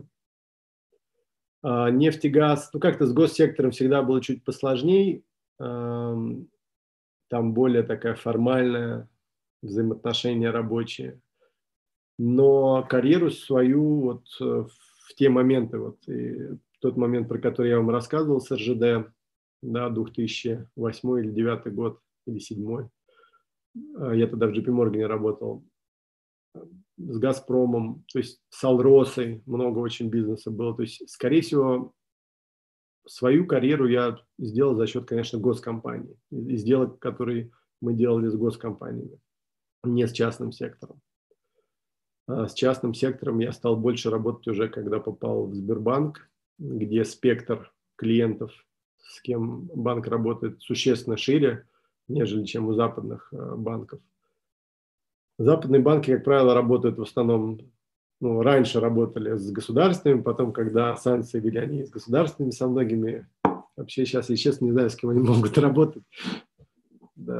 Нефть и газ. Ну, как-то с госсектором всегда было чуть посложнее. Там более такая формальная взаимоотношения рабочие. Но карьеру свою вот в те моменты, вот и тот момент, про который я вам рассказывал с РЖД, да, 2008 или 2009 год, или 2007. Я тогда в JP Morgan работал. С Газпромом, то есть с Алросой много очень бизнеса было. То есть, скорее всего, свою карьеру я сделал за счет, конечно, госкомпаний. И сделок, которые мы делали с госкомпаниями, не с частным сектором. С частным сектором я стал больше работать уже, когда попал в Сбербанк, где спектр клиентов, с кем банк работает, существенно шире, нежели чем у западных банков. Западные банки, как правило, работают в основном, ну, раньше работали с государственными, потом, когда санкции ввели, они с государственными, со многими. Вообще сейчас, я честно не знаю, с кем они могут работать. Да.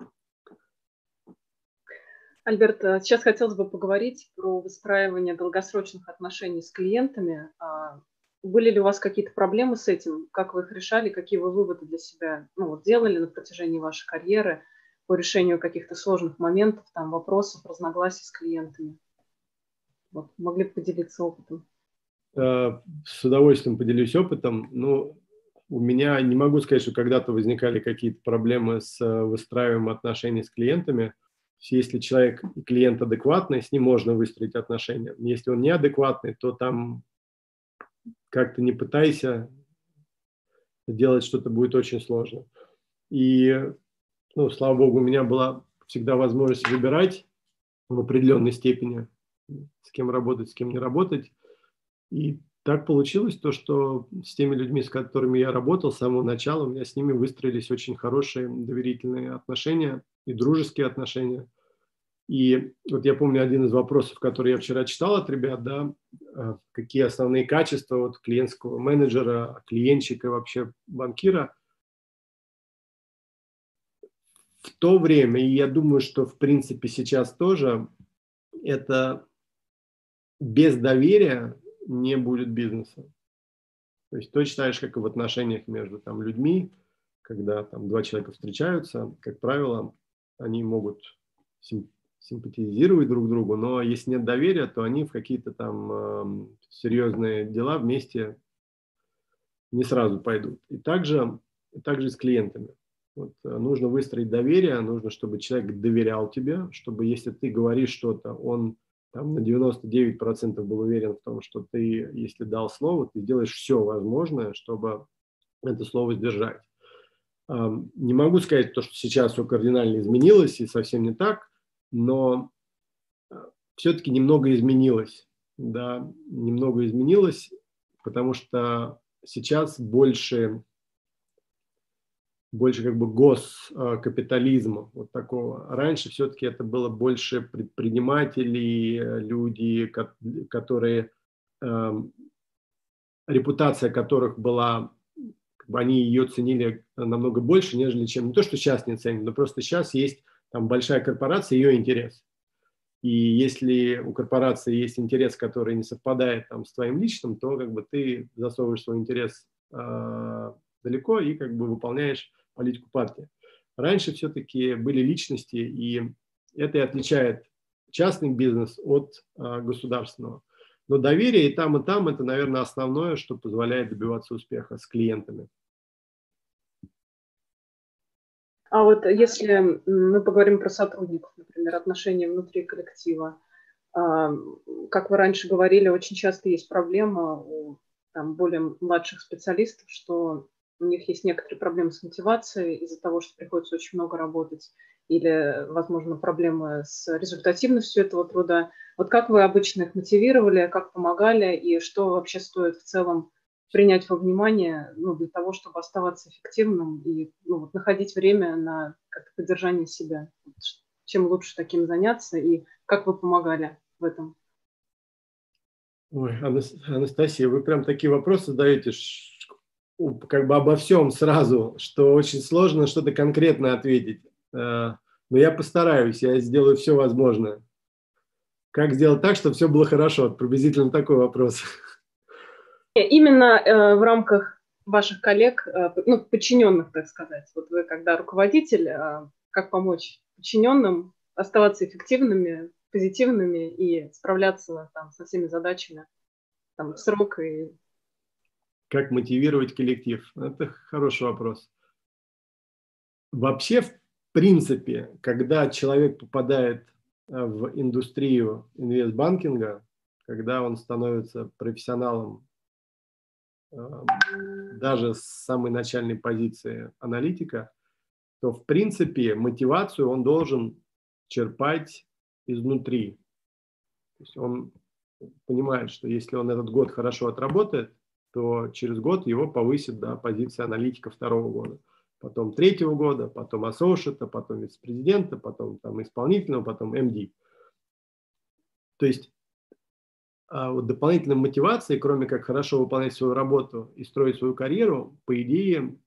Альберт, сейчас хотелось бы поговорить про выстраивание долгосрочных отношений с клиентами. Были ли у вас какие-то проблемы с этим? Как вы их решали? Какие вы выводы для себя делали на протяжении вашей карьеры по решению каких-то сложных моментов, там, вопросов, разногласий с клиентами? Вот, могли бы поделиться опытом? С удовольствием поделюсь опытом. Ну, у меня, не могу сказать, что когда-то возникали какие-то проблемы с выстраиванием отношений с клиентами. Если человек, клиент адекватный, с ним можно выстроить отношения. Если он неадекватный, то там как-то не пытайся, делать что-то будет очень сложно. И, ну, слава богу, у меня была всегда возможность выбирать в определенной степени, с кем работать, с кем не работать. И так получилось то, что с теми людьми, с которыми я работал с самого начала, у меня с ними выстроились очень хорошие доверительные отношения и дружеские отношения. И вот я помню один из вопросов, который я вчера читал от ребят, да, какие основные качества вот клиентского менеджера, клиентчика, вообще банкира. В то время, и я думаю, что в принципе сейчас тоже, это без доверия не будет бизнеса. То есть точно так же, как и в отношениях между там людьми, когда там два человека встречаются, как правило, они могут симпатизировать друг другу, но если нет доверия, то они в какие-то там серьезные дела вместе не сразу пойдут. И также и с клиентами. Вот, нужно выстроить доверие, нужно, чтобы человек доверял тебе, чтобы если ты говоришь что-то, он там на 99% был уверен в том, что ты, если дал слово, ты делаешь все возможное, чтобы это слово сдержать. Не могу сказать, что сейчас все кардинально изменилось и совсем не так, но все-таки немного изменилось. Да, немного изменилось, потому что сейчас больше как бы госкапитализма вот такого. Раньше все-таки это было больше предпринимателей, люди, которые, репутация которых была, как бы они ее ценили намного больше, нежели чем, не то, что сейчас не ценят, но просто сейчас есть там большая корпорация, ее интерес. И если у корпорации есть интерес, который не совпадает там с твоим личным, то как бы ты засовываешь свой интерес далеко и как бы выполняешь политику партии. Раньше все-таки были личности, и это и отличает частный бизнес от государственного. Но доверие и там, это, наверное, основное, что позволяет добиваться успеха с клиентами. А вот если мы поговорим про сотрудников, например, отношения внутри коллектива, как вы раньше говорили, очень часто есть проблема у там, более младших специалистов, что у них есть некоторые проблемы с мотивацией из-за того, что приходится очень много работать, или, возможно, проблемы с результативностью этого труда. Вот как вы обычно их мотивировали, как помогали, и что вообще стоит в целом принять во внимание, для того, чтобы оставаться эффективным и находить время на поддержание себя? Чем лучше таким заняться, и как вы помогали в этом? Ой, Анастасия, вы прям такие вопросы задаете, как бы обо всем сразу, что очень сложно что-то конкретно ответить. Но я постараюсь, я сделаю все возможное. Как сделать так, чтобы все было хорошо? Приблизительно такой вопрос. Именно в рамках ваших коллег, подчиненных, так сказать. Вот вы, когда руководитель, как помочь подчиненным оставаться эффективными, позитивными и справляться там со всеми задачами там, в срок. Как мотивировать коллектив? Это хороший вопрос. Вообще, в принципе, когда человек попадает в индустрию инвестбанкинга, когда он становится профессионалом даже с самой начальной позиции аналитика, то, в принципе, мотивацию он должен черпать изнутри. То есть он понимает, что если он этот год хорошо отработает, то через год его повысит до позиции аналитика 2-го года, потом 3-го года, потом ассоциата, потом вице-президента, потом там, исполнительного, потом MD. То есть вот дополнительной мотивации, кроме как хорошо выполнять свою работу и строить свою карьеру, по идее,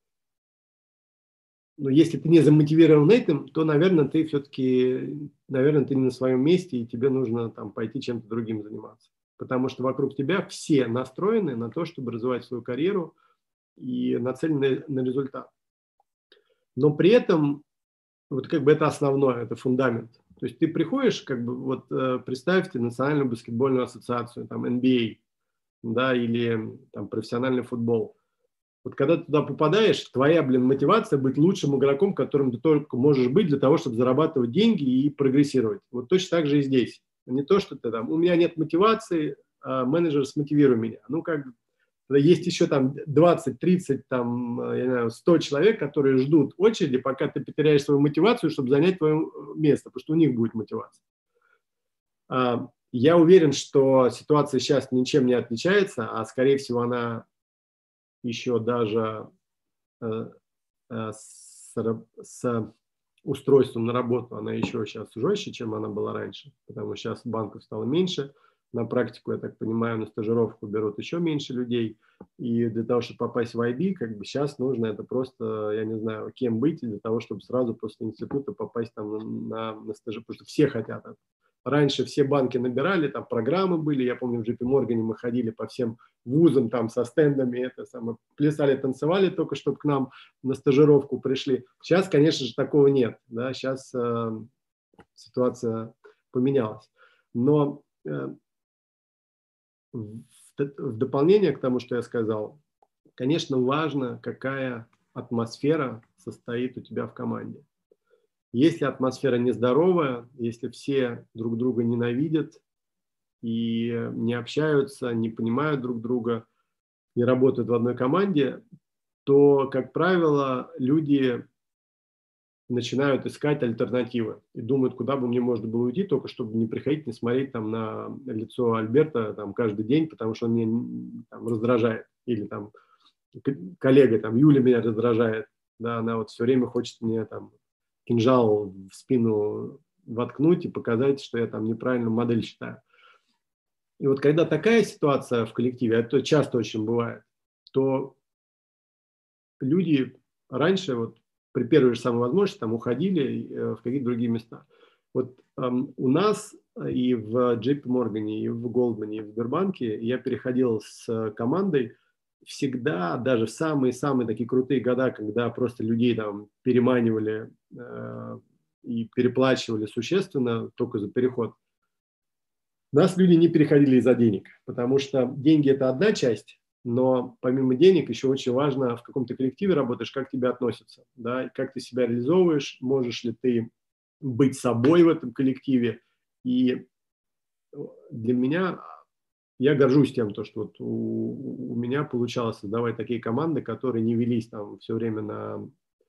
ну, если ты не замотивирован этим, то, наверное, ты все-таки, наверное, ты не на своем месте, и тебе нужно там пойти чем-то другим заниматься. Потому что вокруг тебя все настроены на то, чтобы развивать свою карьеру и нацелены на результат. Но при этом, вот как бы это основное, это фундамент. То есть ты приходишь, как бы, вот представьте Национальную баскетбольную ассоциацию, там NBA, да, или там профессиональный футбол. Вот когда ты туда попадаешь, твоя, мотивация быть лучшим игроком, которым ты только можешь быть для того, чтобы зарабатывать деньги и прогрессировать. Вот точно так же и здесь. Не то, что ты там, у меня нет мотивации, менеджер смотивируй меня. Ну, как есть еще там 20, 30, там, я не знаю, 100 человек, которые ждут очереди, пока ты потеряешь свою мотивацию, чтобы занять твое место, потому что у них будет мотивация. Я уверен, что ситуация сейчас ничем не отличается, а скорее всего она еще даже с устройством на работу, она еще сейчас жестче, чем она была раньше, потому что сейчас банков стало меньше. На практику, я так понимаю, на стажировку берут еще меньше людей. И для того, чтобы попасть в IB, как бы сейчас нужно это просто, я не знаю, кем быть, для того, чтобы сразу после института попасть там на стажировку, потому что все хотят это. Раньше все банки набирали, там программы были, я помню, в JP Morgan мы ходили по всем вузам там со стендами, это самое, плясали, танцевали только, чтобы к нам на стажировку пришли. Сейчас, конечно же, такого нет, да, сейчас ситуация поменялась. Но в дополнение к тому, что я сказал, конечно, важно, какая атмосфера состоит у тебя в команде. Если атмосфера нездоровая, если все друг друга ненавидят и не общаются, не понимают друг друга, не работают в одной команде, то, как правило, люди начинают искать альтернативы и думают, куда бы мне можно было уйти, только чтобы не приходить, не смотреть там на лицо Альберта там каждый день, потому что он меня там раздражает. Или там коллега, там Юля меня раздражает, да, она вот все время хочет мне там кинжал в спину воткнуть и показать, что я там неправильную модель считаю. И вот когда такая ситуация в коллективе, это часто очень бывает, то люди раньше вот при первой же самой возможности там уходили в какие-то другие места. Вот у нас и в JP Morgan, и в Goldman, и в Сбербанке я переходил с командой всегда, даже в самые-самые такие крутые года, когда просто людей там переманивали и переплачивали существенно только за переход. Нас люди не переходили из-за денег, потому что деньги – это одна часть, но помимо денег еще очень важно, в каком ты коллективе работаешь, как к тебе относятся, да, как ты себя реализовываешь, можешь ли ты быть собой в этом коллективе. И для меня, я горжусь тем, что вот у меня получалось создавать такие команды, которые не велись там все время на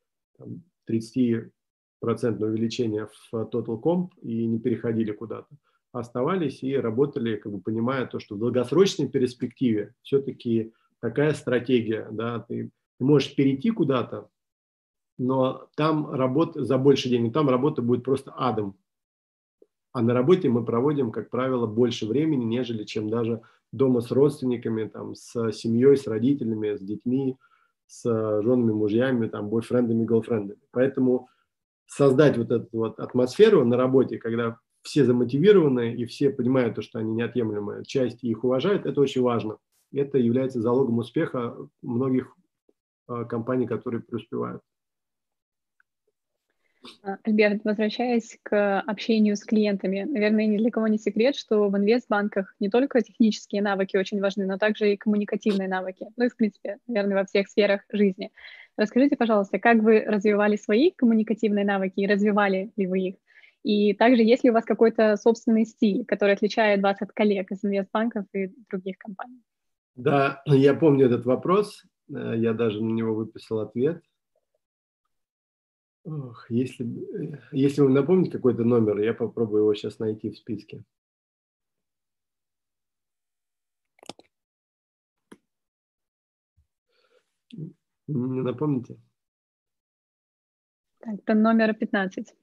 30% увеличение в Total Comp и не переходили куда-то. Оставались и работали, как бы понимая то, что в долгосрочной перспективе все-таки такая стратегия, да, ты можешь перейти куда-то, но там работа за больше денег, там работа будет просто адом. А на работе мы проводим, как правило, больше времени, нежели чем даже дома с родственниками, там, с семьей, с родителями, с детьми, с женами, мужьями, там, бойфрендами, герлфрендами. Поэтому создать вот эту вот атмосферу на работе, когда все замотивированы и все понимают, что они неотъемлемая часть и их уважают, это очень важно. Это является залогом успеха многих компаний, которые преуспевают. Альберт, возвращаясь к общению с клиентами, наверное, ни для кого не секрет, что в инвестбанках не только технические навыки очень важны, но также и коммуникативные навыки. Ну и, в принципе, наверное, во всех сферах жизни. Расскажите, пожалуйста, как вы развивали свои коммуникативные навыки и развивали ли вы их? И также, есть ли у вас какой-то собственный стиль, который отличает вас от коллег из инвестбанков и других компаний? Да, я помню этот вопрос, я даже на него выписал ответ. Если вы напомните какой-то номер, я попробую его сейчас найти в списке. Не напомните? Так, это номер 15.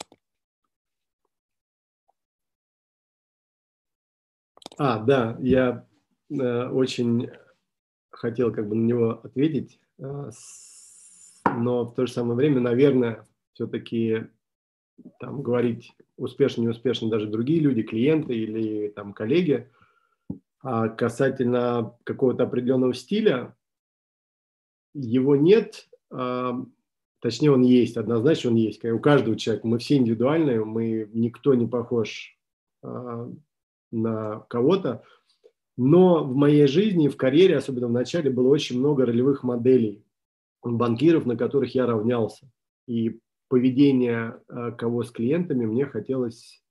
Да, я очень хотел как бы на него ответить, но в то же самое время, наверное, все-таки там говорить успешно, неуспешно даже другие люди, клиенты или там коллеги. А касательно какого-то определенного стиля, его нет, точнее он есть, однозначно он есть. У каждого человека, мы все индивидуальные, никто не похож на кого-то. Но в моей жизни, в карьере, особенно в начале, было очень много ролевых моделей банкиров, на которых я равнялся. И поведение кого с клиентами мне хотелось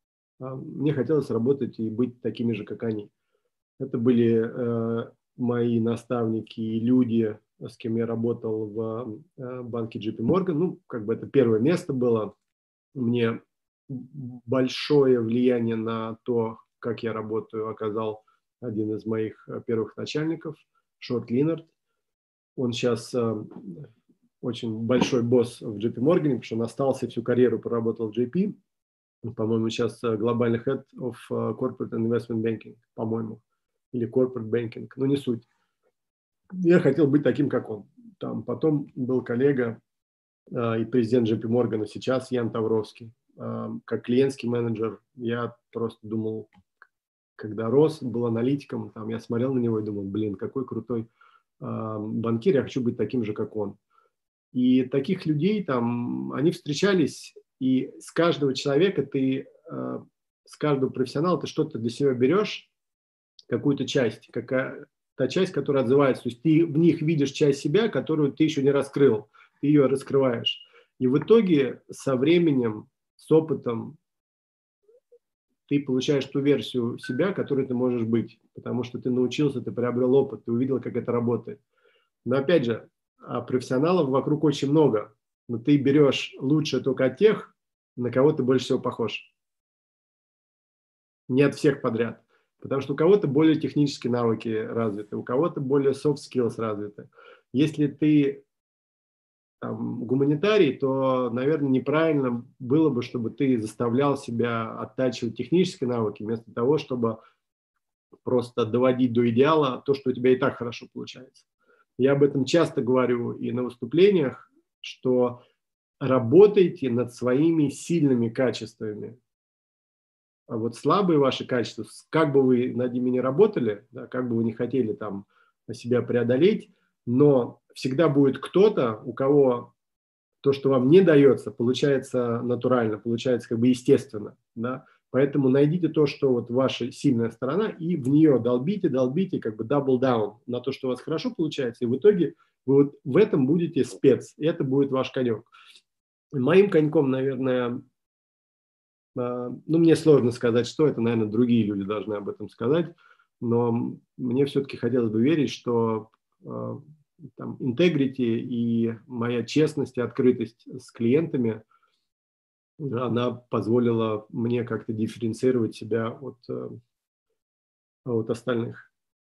работать и быть такими же, как они. Это были мои наставники и люди, с кем я работал в банке JP Morgan. Ну, как бы это первое место было. Мне большое влияние на то, как я работаю, оказал один из моих первых начальников, Шот Линард. Он сейчас очень большой босс в JP Morgan, потому что он остался и всю карьеру проработал в JP. По-моему, сейчас глобальный Head of Corporate Investment Banking, по-моему, или Corporate Banking, но не суть. Я хотел быть таким, как он. Там потом был коллега и президент JP Morgan сейчас, Ян Тавровский. Как клиентский менеджер я просто думал, когда рос, был аналитиком, там, я смотрел на него и думал, блин, какой крутой банкир, я хочу быть таким же, как он. И таких людей там, они встречались, и с каждого человека с каждого профессионала ты что-то для себя берешь, какую-то часть, та часть, которая отзывается. То есть ты в них видишь часть себя, которую ты еще не раскрыл, ты ее раскрываешь. И в итоге со временем, с опытом ты получаешь ту версию себя, которой ты можешь быть, потому что ты научился, ты приобрел опыт, ты увидел, как это работает. Но опять же, профессионалов вокруг очень много, но ты берешь лучшее только от тех, на кого ты больше всего похож. Не от всех подряд. Потому что у кого-то более технические навыки развиты, у кого-то более soft skills развиты. Если ты гуманитарий, то, наверное, неправильно было бы, чтобы ты заставлял себя оттачивать технические навыки, вместо того, чтобы просто доводить до идеала то, что у тебя и так хорошо получается. Я об этом часто говорю и на выступлениях, что работайте над своими сильными качествами. А вот слабые ваши качества, как бы вы над ними не работали, да, как бы вы не хотели там себя преодолеть, но всегда будет кто-то, у кого то, что вам не дается, получается натурально, получается как бы естественно. Да? Поэтому найдите то, что вот ваша сильная сторона, и в нее долбите, как бы double down на то, что у вас хорошо получается, и в итоге вы вот в этом будете спец, и это будет ваш конек. Моим коньком, наверное, мне сложно сказать, что это, наверное, другие люди должны об этом сказать, но мне все-таки хотелось бы верить, что там integrity и моя честность и открытость с клиентами, она позволила мне как-то дифференцировать себя от остальных.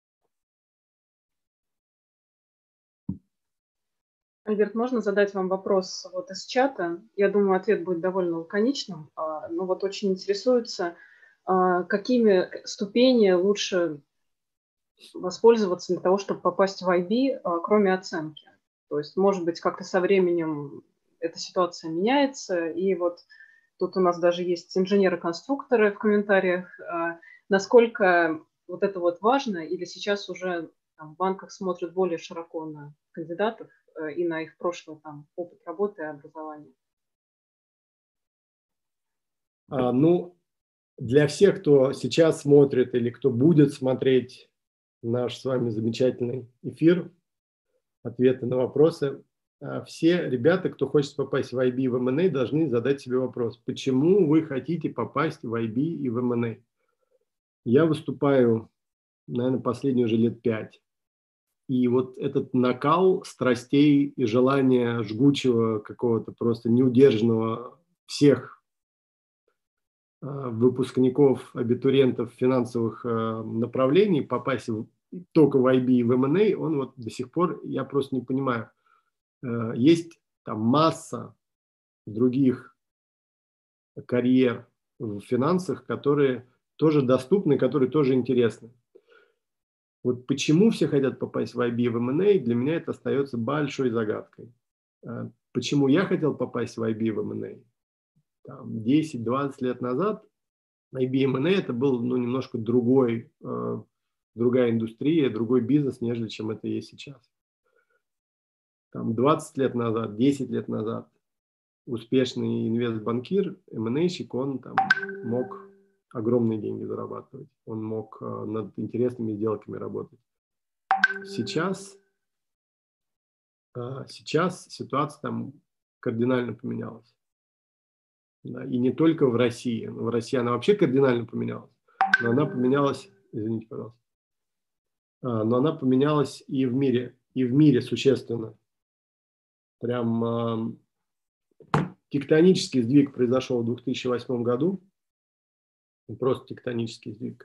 Альберт, можно задать вам вопрос вот из чата? Я думаю, ответ будет довольно лаконичным. Но вот очень интересуется, какими ступенями лучше воспользоваться для того, чтобы попасть в IB, кроме оценки. То есть, может быть, как-то со временем эта ситуация меняется. И вот тут у нас даже есть инженеры-конструкторы в комментариях. Насколько вот это вот важно, или сейчас уже в банках смотрят более широко на кандидатов и на их прошлый опыт работы и образования? Для всех, кто сейчас смотрит или кто будет смотреть наш с вами замечательный эфир, ответы на вопросы, все ребята, кто хочет попасть в IB и в M&A, должны задать себе вопрос, почему вы хотите попасть в IB и в M&A? Я выступаю, наверное, последние уже лет 5 И вот этот накал страстей и желание жгучего, какого-то просто неудержанного всех выпускников, абитуриентов финансовых направлений попасть только в IB и в M&A, он вот до сих пор, я просто не понимаю. Есть там масса других карьер в финансах, которые тоже доступны, которые тоже интересны. Вот почему все хотят попасть в IB и в M&A, для меня это остается большой загадкой. Почему я хотел попасть в IB и в M&A? 10-20 лет назад IB и M&A это был немножко другая индустрия, другой бизнес, нежели чем это есть сейчас. 20 лет назад, 10 лет назад успешный инвестбанкир, M&A-щик, он мог огромные деньги зарабатывать, он мог над интересными сделками работать. Сейчас ситуация там кардинально поменялась. Да, и не только в России. В России она вообще кардинально поменялась, но она поменялась, извините, пожалуйста, но она поменялась и в мире существенно. Прям тектонический сдвиг произошел в 2008 году. Просто тектонический сдвиг.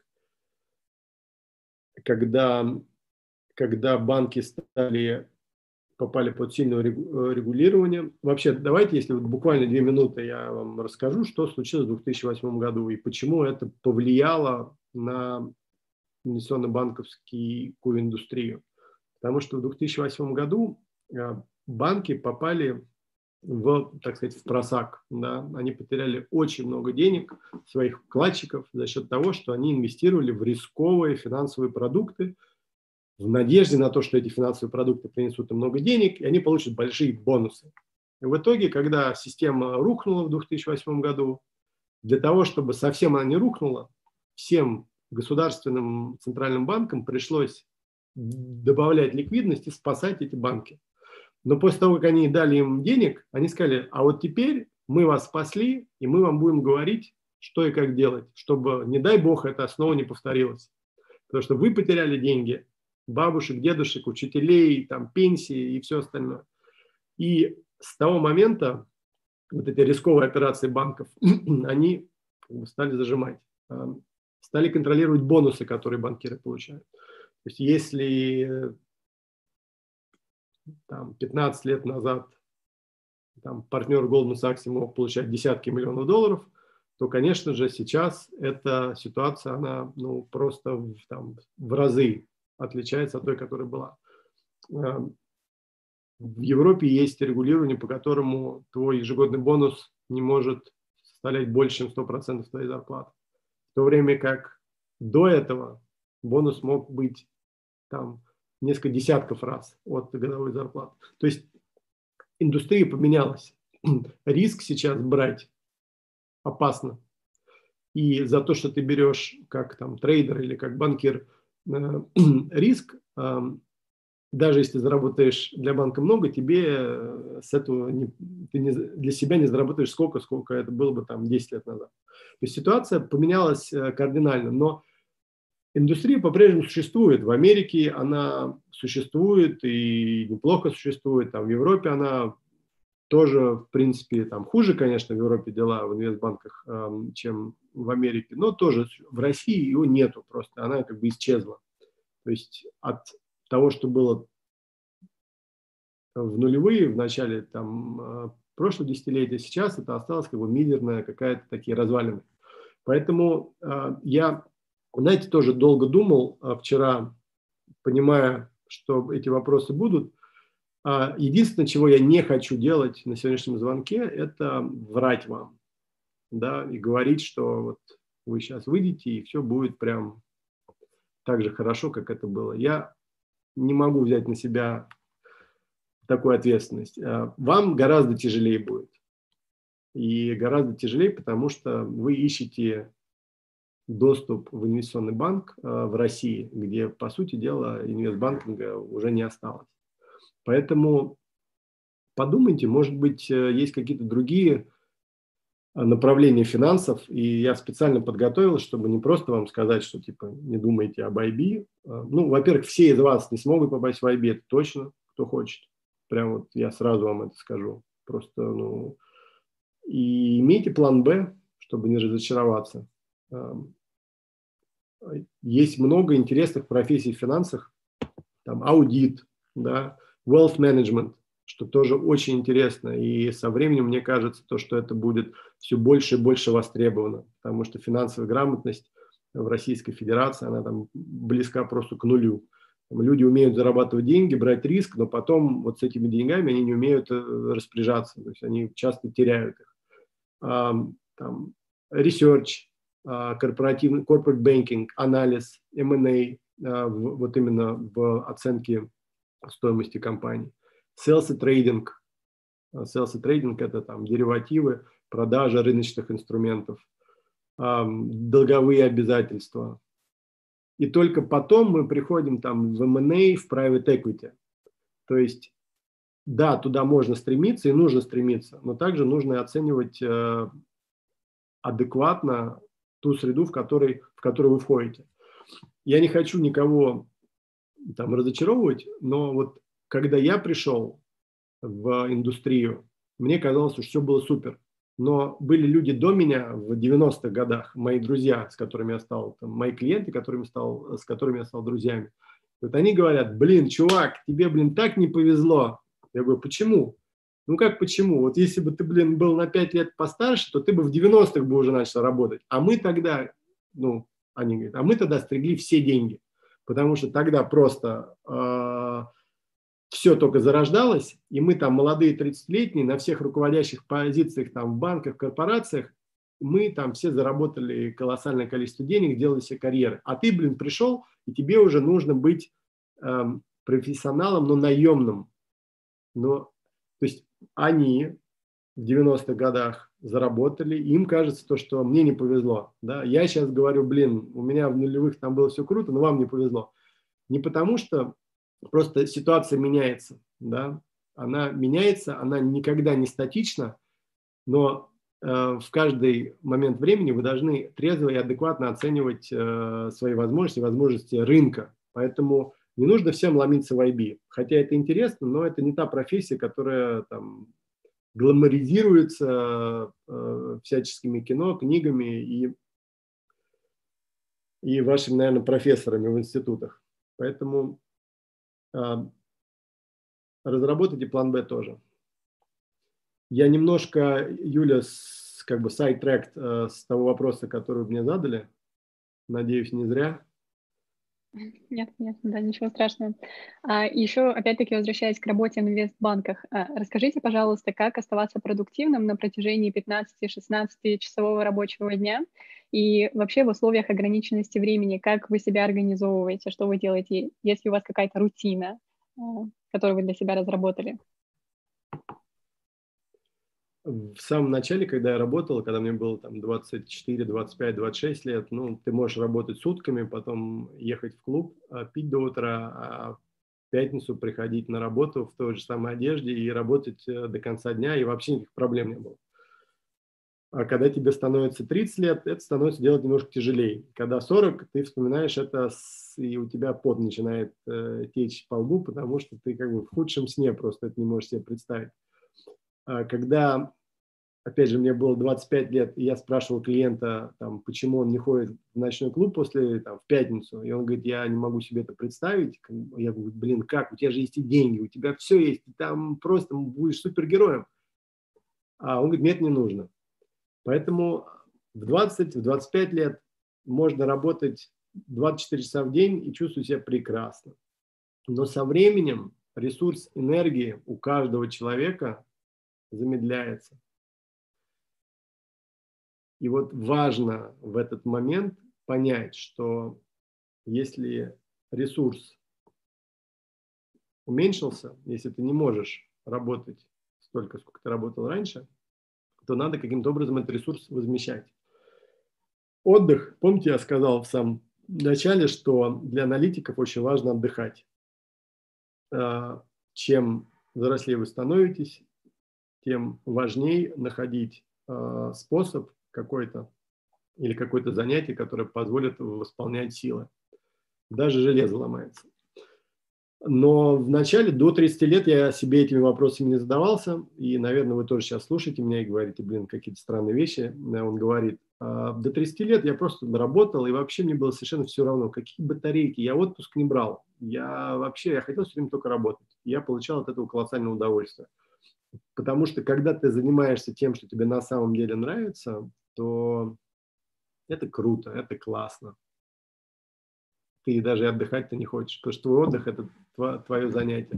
Когда банки попали под сильное регулирование. Вообще, давайте, если буквально 2 минуты я вам расскажу, что случилось в 2008 году и почему это повлияло на инвестиционно-банковскую индустрию. Потому что в 2008 году банки попали так сказать, в просак. Да? Они потеряли очень много денег своих вкладчиков за счет того, что они инвестировали в рисковые финансовые продукты в надежде на то, что эти финансовые продукты принесут им много денег, и они получат большие бонусы. И в итоге, когда система рухнула в 2008 году, для того, чтобы совсем она не рухнула, всем государственным центральным банкам пришлось добавлять ликвидность и спасать эти банки. Но после того, как они дали им денег, они сказали, а вот теперь мы вас спасли, и мы вам будем говорить, что и как делать, чтобы, не дай бог, это снова не повторилось. Потому что вы потеряли деньги бабушек, дедушек, учителей, пенсии и все остальное. И с того момента вот эти рисковые операции банков, они стали зажимать, стали контролировать бонусы, которые банкиры получают. То есть если 15 лет назад партнер Goldman Sachs мог получать десятки миллионов долларов, то, конечно же, сейчас эта ситуация, она просто в разы отличается от той, которая была. В Европе есть регулирование, по которому твой ежегодный бонус не может составлять больше, чем 100% твоей зарплаты. В то время как до этого бонус мог быть несколько десятков раз от годовой зарплаты. То есть индустрия поменялась. Риск сейчас брать опасно. И за то, что ты берешь как трейдер или как банкир риск, даже если заработаешь для банка много, тебе с этого для себя не заработаешь сколько это было бы 10 лет назад. То есть ситуация поменялась кардинально, но индустрия по-прежнему существует. В Америке она существует и неплохо существует. В Европе она тоже, в принципе, хуже, конечно, в Европе дела в инвестбанках, чем в Америке, но тоже в России ее нету просто, она исчезла. То есть от того, что было в нулевые, в начале прошлого десятилетия, сейчас это осталось мизерная какая-то такие развалины. Поэтому я, знаете, тоже долго думал вчера, понимая, что эти вопросы будут. Единственное, чего я не хочу делать на сегодняшнем звонке, это врать вам, да, и говорить, что вот вы сейчас выйдете, и все будет прям так же хорошо, как это было. Я не могу взять на себя такую ответственность. Вам гораздо тяжелее будет. И гораздо тяжелее, потому что вы ищете доступ в инвестиционный банк в России, где, по сути дела, инвестбанкинга уже не осталось. Поэтому подумайте, может быть, есть какие-то другие направление финансов, и я специально подготовил, чтобы не просто вам сказать, что типа не думайте об IB. Ну, во-первых, все из вас не смогут попасть в IB, это точно, кто хочет. Прям вот я сразу вам это скажу. Просто, ну, и имейте план Б, чтобы не разочароваться. Есть много интересных профессий в финансах, там аудит, да, wealth management, что тоже очень интересно. И со временем, мне кажется, то, что это будет все больше и больше востребовано, потому что финансовая грамотность в Российской Федерации, она там близка просто к нулю. Там люди умеют зарабатывать деньги, брать риск, но потом вот с этими деньгами они не умеют распоряжаться, то есть они часто теряют их. Там research, корпоративный, corporate banking, анализ, M&A, вот именно в оценке стоимости компании. Sales и трейдинг. Sales и трейдинг – это там деривативы, продажа рыночных инструментов, долговые обязательства. И только потом мы приходим там в M&A, в private equity. То есть, да, туда можно стремиться и нужно стремиться, но также нужно оценивать адекватно ту среду, в которую вы входите. Я не хочу никого там разочаровывать, но вот когда я пришел в индустрию, мне казалось, что все было супер. Но были люди до меня в 90-х годах, мои друзья, с которыми я стал, там, мои клиенты, с которыми я стал друзьями. Вот они говорят: блин, чувак, тебе, блин, так не повезло. Я говорю: почему? Ну как почему? Вот если бы ты, блин, был на 5 лет постарше, то ты бы в 90-х бы уже начал работать. А мы тогда, ну, они говорят, а мы тогда стригли все деньги. Потому что тогда просто все только зарождалось, и мы там молодые 30-летние на всех руководящих позициях там в банках, корпорациях, мы там все заработали колоссальное количество денег, делали себе карьеры. А ты, блин, пришел, и тебе уже нужно быть профессионалом, но наемным. То есть они в 90-х годах заработали, им кажется то, что мне не повезло. Да? Я сейчас говорю: блин, у меня в нулевых там было все круто, но вам не повезло. Не потому что просто ситуация меняется, да? Она меняется, она никогда не статична, но в каждый момент времени вы должны трезво и адекватно оценивать свои возможности рынка. Поэтому не нужно всем ломиться в IB. Хотя это интересно, но это не та профессия, которая там гламоризируется всяческими кино, книгами и вашими, наверное, профессорами в институтах. Поэтому разработайте план Б тоже. Я немножко, Юля, как бы сайд-трект с того вопроса, который вы мне задали. Надеюсь, не зря. Нет, да, ничего страшного. Еще, опять-таки, возвращаясь к работе в инвестбанках, расскажите, пожалуйста, как оставаться продуктивным на протяжении 15-16 часового рабочего дня и вообще в условиях ограниченности времени, как вы себя организовываете, что вы делаете, есть ли у вас какая-то рутина, которую вы для себя разработали? В самом начале, когда я работал, когда мне было там 24, 25, 26 лет, ну, ты можешь работать сутками, потом ехать в клуб, пить до утра, а в пятницу приходить на работу в той же самой одежде и работать до конца дня, и вообще никаких проблем не было. А когда тебе становится 30 лет, это становится делать немножко тяжелее. Когда 40, ты вспоминаешь это, и у тебя пот начинает течь по лбу, потому что ты как бы в худшем сне просто это не можешь себе представить. Когда, опять же, мне было 25 лет, и я спрашивал клиента, там, почему он не ходит в ночной клуб в пятницу, и он говорит: я не могу себе это представить. Я говорю: блин, как? У тебя же есть и деньги, у тебя все есть, ты там просто будешь супергероем. А он говорит: мне это не нужно. Поэтому в 20-25 лет можно работать 24 часа в день и чувствовать себя прекрасно. Но со временем ресурс энергии у каждого человека замедляется. И вот важно в этот момент понять, что если ресурс уменьшился, если ты не можешь работать столько, сколько ты работал раньше, то надо каким-то образом этот ресурс возмещать. Отдых. Помните, я сказал в самом начале, что для аналитиков очень важно отдыхать. Чем взрослее вы становитесь, тем важнее находить способ какой-то или какое-то занятие, которое позволит восполнять силы. Даже железо ломается. Но в начале, до 30 лет, я себе этими вопросами не задавался. И, наверное, вы тоже сейчас слушаете меня и говорите, блин, какие-то странные вещи. Он говорит, до 30 лет я просто работал, и вообще мне было совершенно все равно, какие батарейки. Я отпуск не брал. Я хотел все время только работать. Я получал от этого колоссальное удовольствие. Потому что, когда ты занимаешься тем, что тебе на самом деле нравится, то это круто, это классно. Ты даже отдыхать-то не хочешь, потому что твой отдых – это твое занятие.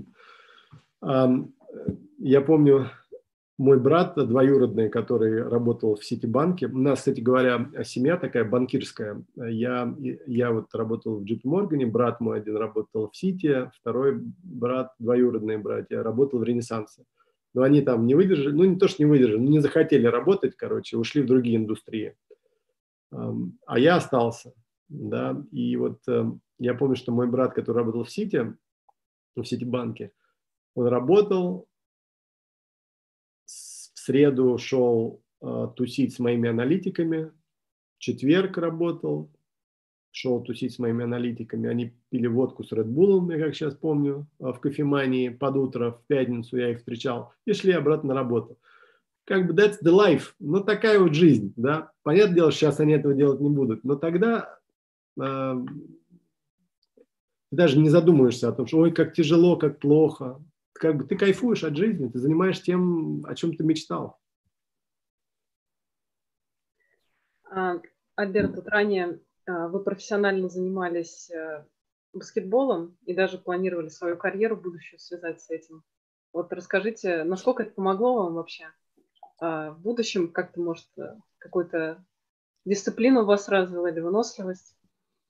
Я помню, мой брат двоюродный, который работал в Ситибанке, у нас, кстати говоря, семья такая банкирская. Я вот работал в JP Morgan, брат мой один работал в Сити, второй брат, двоюродные братья, работал в Ренессансе. Но они там не выдержали, ну не то, что не выдержали, не захотели работать, короче, ушли в другие индустрии. А я остался. Да, и вот я помню, что мой брат, который работал в Ситибанке, он работал, в среду шел тусить с моими аналитиками, в четверг работал, шел тусить с моими аналитиками, они пили водку с Red Bull, я как сейчас помню, в кофемании под утро, в пятницу я их встречал, и шли обратно на работу. Как бы that's the life, ну такая вот жизнь, да. Понятное дело, сейчас они этого делать не будут, но тогда ты даже не задумываешься о том, что ой, как тяжело, как плохо. Как бы ты кайфуешь от жизни, ты занимаешься тем, о чем ты мечтал. Альберт, вот ранее вы профессионально занимались баскетболом и даже планировали свою карьеру будущую связать с этим. Вот расскажите, насколько это помогло вам вообще в будущем? Как-то, может, какую-то дисциплину у вас развила или выносливость?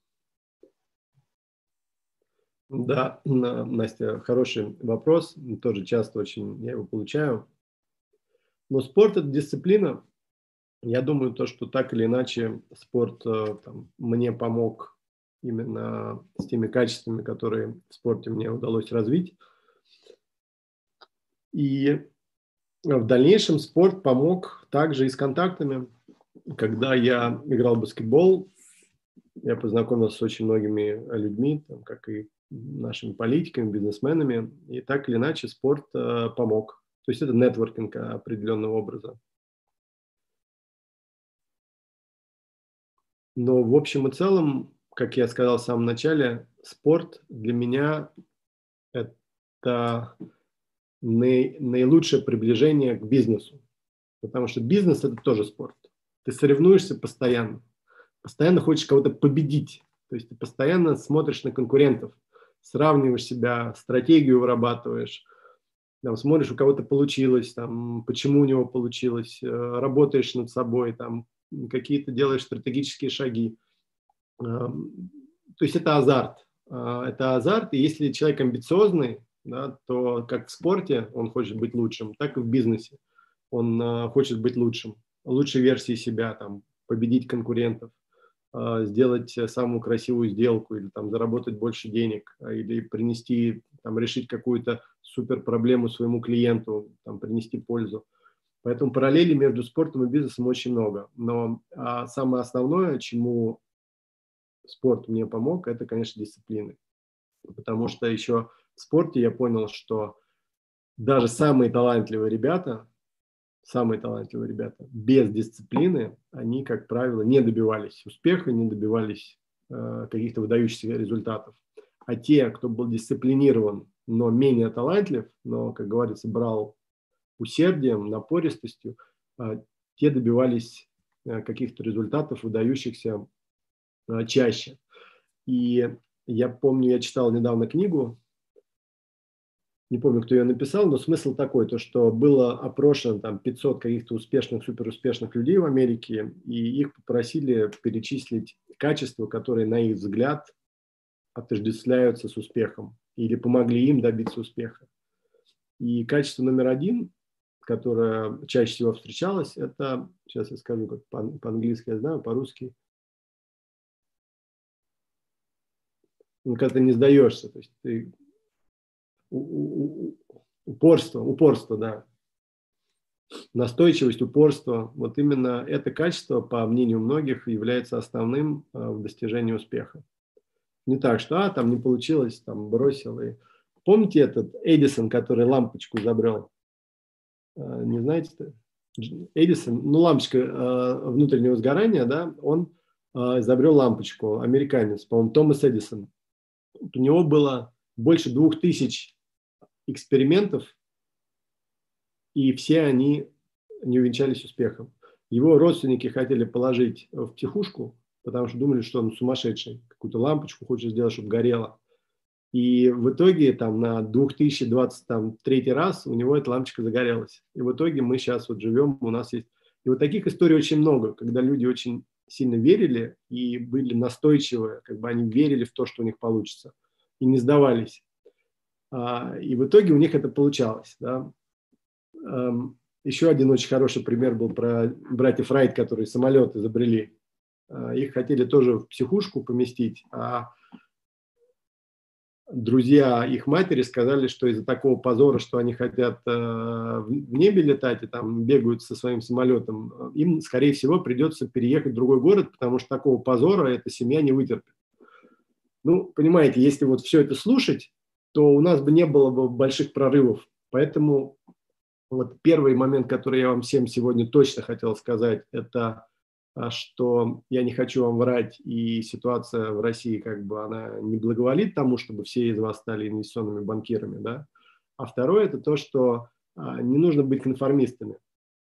Да, Настя, хороший вопрос. Тоже часто очень я его получаю. Но спорт – это дисциплина. Я думаю, то, что так или иначе спорт мне помог именно с теми качествами, которые в спорте мне удалось развить. И в дальнейшем спорт помог также и с контактами. Когда я играл в баскетбол, я познакомился с очень многими людьми, как и нашими политиками, бизнесменами, и так или иначе спорт помог. То есть это нетворкинг определенного образа. Но в общем и целом, как я сказал в самом начале, спорт для меня это наилучшее приближение к бизнесу. Потому что бизнес – это тоже спорт. Ты соревнуешься постоянно. Постоянно хочешь кого-то победить. То есть ты постоянно смотришь на конкурентов, сравниваешь себя, стратегию вырабатываешь, там, смотришь, у кого-то получилось, там, почему у него получилось, работаешь над собой, там, какие-то делаешь стратегические шаги. То есть это азарт. Это азарт, и если человек амбициозный, да, то как в спорте он хочет быть лучшим, так и в бизнесе. Он хочет быть лучшим, лучшей версией себя, там, победить конкурентов, сделать самую красивую сделку или там, заработать больше денег, или принести, там, решить какую-то супер проблему своему клиенту, там, принести пользу. Поэтому параллелей между спортом и бизнесом очень много. Но самое основное, чему спорт мне помог, это, конечно, дисциплина. Потому что еще в спорте я понял, что даже самые талантливые ребята без дисциплины, они, как правило, не добивались успеха, не добивались каких-то выдающихся результатов. А те, кто был дисциплинирован, но менее талантлив, но, как говорится, брал усердием, напористостью, те добивались каких-то результатов, выдающихся чаще. И я помню, я читал недавно книгу, не помню, кто ее написал, но смысл такой, то, что было опрошено там 500 каких-то успешных, суперуспешных людей в Америке, и их попросили перечислить качества, которые, на их взгляд, отождествляются с успехом или помогли им добиться успеха. И качество номер один, которое чаще всего встречалось, это, сейчас я скажу, как по-английски я знаю, по-русски, когда ты не сдаешься, то есть ты упорство, да. настойчивость, упорство. Вот именно это качество, по мнению многих, является основным в достижении успеха. Не так, что там не получилось, там бросил. И... Помните этот Эдисон, который лампочку изобрел? Не знаете? Эдисон, ну, лампочка внутреннего сгорания, да, он изобрел лампочку, американец, по-моему, Томас Эдисон. У него было больше 2000 экспериментов, и все они не увенчались успехом. Его родственники хотели положить в психушку, потому что думали, что он сумасшедший, какую-то лампочку хочет сделать, чтобы горела. И в итоге там на 2023 раз у него эта лампочка загорелась. И в итоге мы сейчас вот живем, у нас есть... И вот таких историй очень много, когда люди очень сильно верили и были настойчивы, как бы они верили в то, что у них получится, и не сдавались. И в итоге у них это получалось. Да? Еще один очень хороший пример был про братьев Райт, которые самолет изобрели. Их хотели тоже в психушку поместить, а друзья их матери сказали, что из-за такого позора, что они хотят в небе летать и там бегают со своим самолетом, им, скорее всего, придется переехать в другой город, потому что такого позора эта семья не вытерпит. Ну, понимаете, если вот все это слушать, то у нас бы не было бы больших прорывов. Поэтому вот первый момент, который я вам всем сегодня точно хотел сказать, это что я не хочу вам врать, и ситуация в России как бы она не благоволит тому, чтобы все из вас стали инвестиционными банкирами, да. А второе это то, что не нужно быть конформистами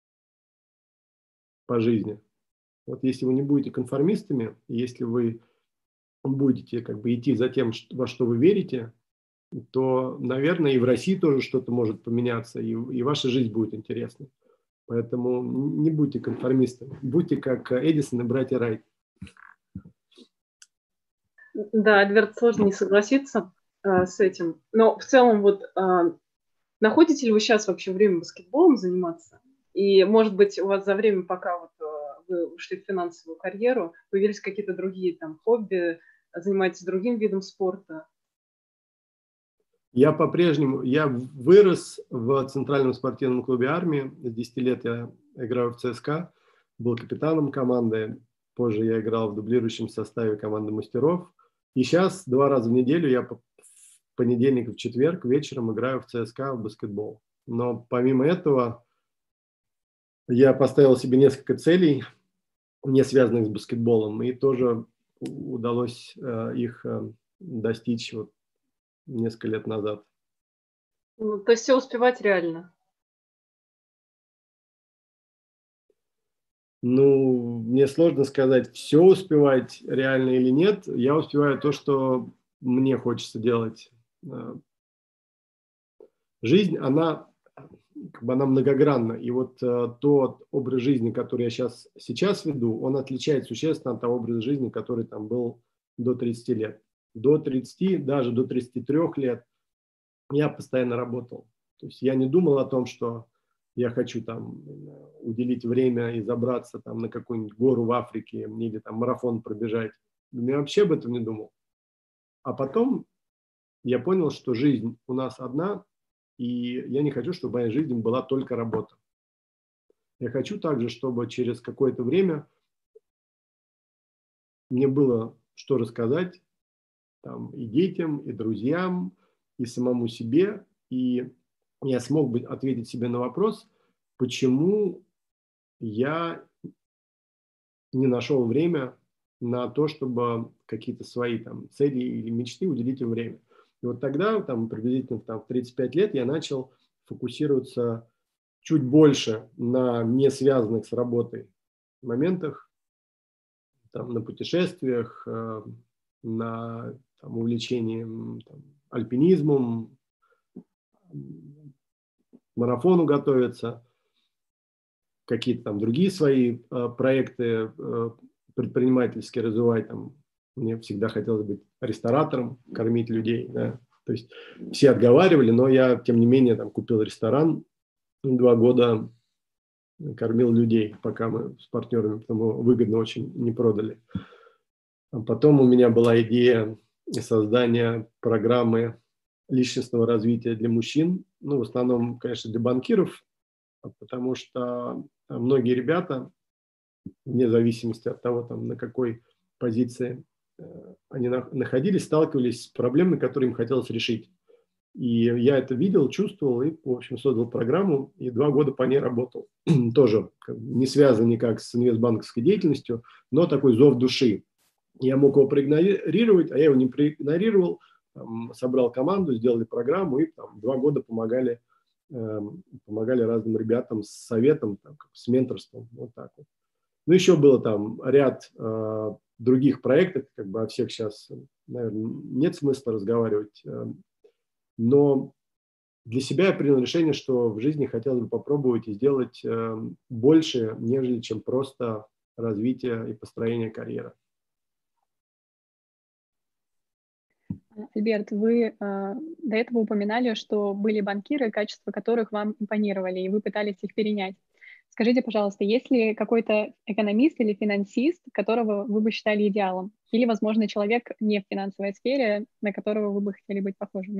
по жизни. Вот если вы не будете конформистами, если вы будете как бы идти за тем, во что вы верите, то, наверное, и в России тоже что-то может поменяться, и ваша жизнь будет интересной. Поэтому не будьте конформистами, будьте как Эдисон и братья Райт. Да, Альберт, сложно не согласиться с этим. Но в целом, вот находите ли вы сейчас вообще время баскетболом заниматься? И, может быть, у вас за время, пока вот вы ушли в финансовую карьеру, появились какие-то другие там хобби, занимаетесь другим видом спорта? Я по-прежнему, я вырос в Центральном спортивном клубе армии. С 10 лет я играю в ЦСКА, был капитаном команды. Позже я играл в дублирующем составе команды мастеров. И сейчас 2 раза в неделю я в понедельник и в четверг вечером играю в ЦСКА в баскетбол. Но помимо этого я поставил себе несколько целей, не связанных с баскетболом, и тоже удалось их достичь вот несколько лет назад. Ну, то есть все успевать реально? Ну, мне сложно сказать, все успевать реально или нет. Я успеваю то, что мне хочется делать. Жизнь, она многогранна. И вот тот образ жизни, который я сейчас веду, он отличается существенно от того образа жизни, который там был до 30 лет. До 30, даже до 33 лет я постоянно работал. То есть я не думал о том, что я хочу там уделить время и забраться там на какую-нибудь гору в Африке или там марафон пробежать. Я вообще об этом не думал. А потом я понял, что жизнь у нас одна, и я не хочу, чтобы моя жизнь была только работа. Я хочу также, чтобы через какое-то время мне было что рассказать там, и детям, и друзьям, и самому себе, и я смог бы ответить себе на вопрос, почему я не нашел время на то, чтобы какие-то свои там цели или мечты уделить им время. И вот тогда, там, приблизительно там, в 35 лет, я начал фокусироваться чуть больше на не связанных с работой моментах, там, на путешествиях, на там, увлечении там, альпинизмом, марафону готовиться, какие-то там другие свои проекты предпринимательские развивать. Там, мне всегда хотелось быть ресторатором, кормить людей. Да. То есть все отговаривали, но я, тем не менее, там, купил ресторан, 2 года кормил людей, пока мы с партнерами потому выгодно очень не продали. А потом у меня была идея создания программы личностного развития для мужчин, ну, в основном, конечно, для банкиров, потому что многие ребята, вне зависимости от того, там, на какой позиции они находились, сталкивались с проблемами, которые им хотелось решить. И я это видел, чувствовал и, в общем, создал программу и 2 года по ней работал. Тоже не связан никак с инвестбанковской деятельностью, но такой зов души. Я мог его проигнорировать, а я его не проигнорировал. Собрал команду, сделали программу и 2 года помогали разным ребятам с советом, с менторством. Вот так вот. Ну, еще было там ряд других проектов, о всех сейчас, наверное, нет смысла разговаривать. Но для себя я принял решение, что в жизни хотелось бы попробовать и сделать больше, нежели чем просто развитие и построение карьеры. Альберт, вы до этого упоминали, что были банкиры, качества которых вам импонировали, и вы пытались их перенять. Скажите, пожалуйста, есть ли какой-то экономист или финансист, которого вы бы считали идеалом? Или, возможно, человек не в финансовой сфере, на которого вы бы хотели быть похожим?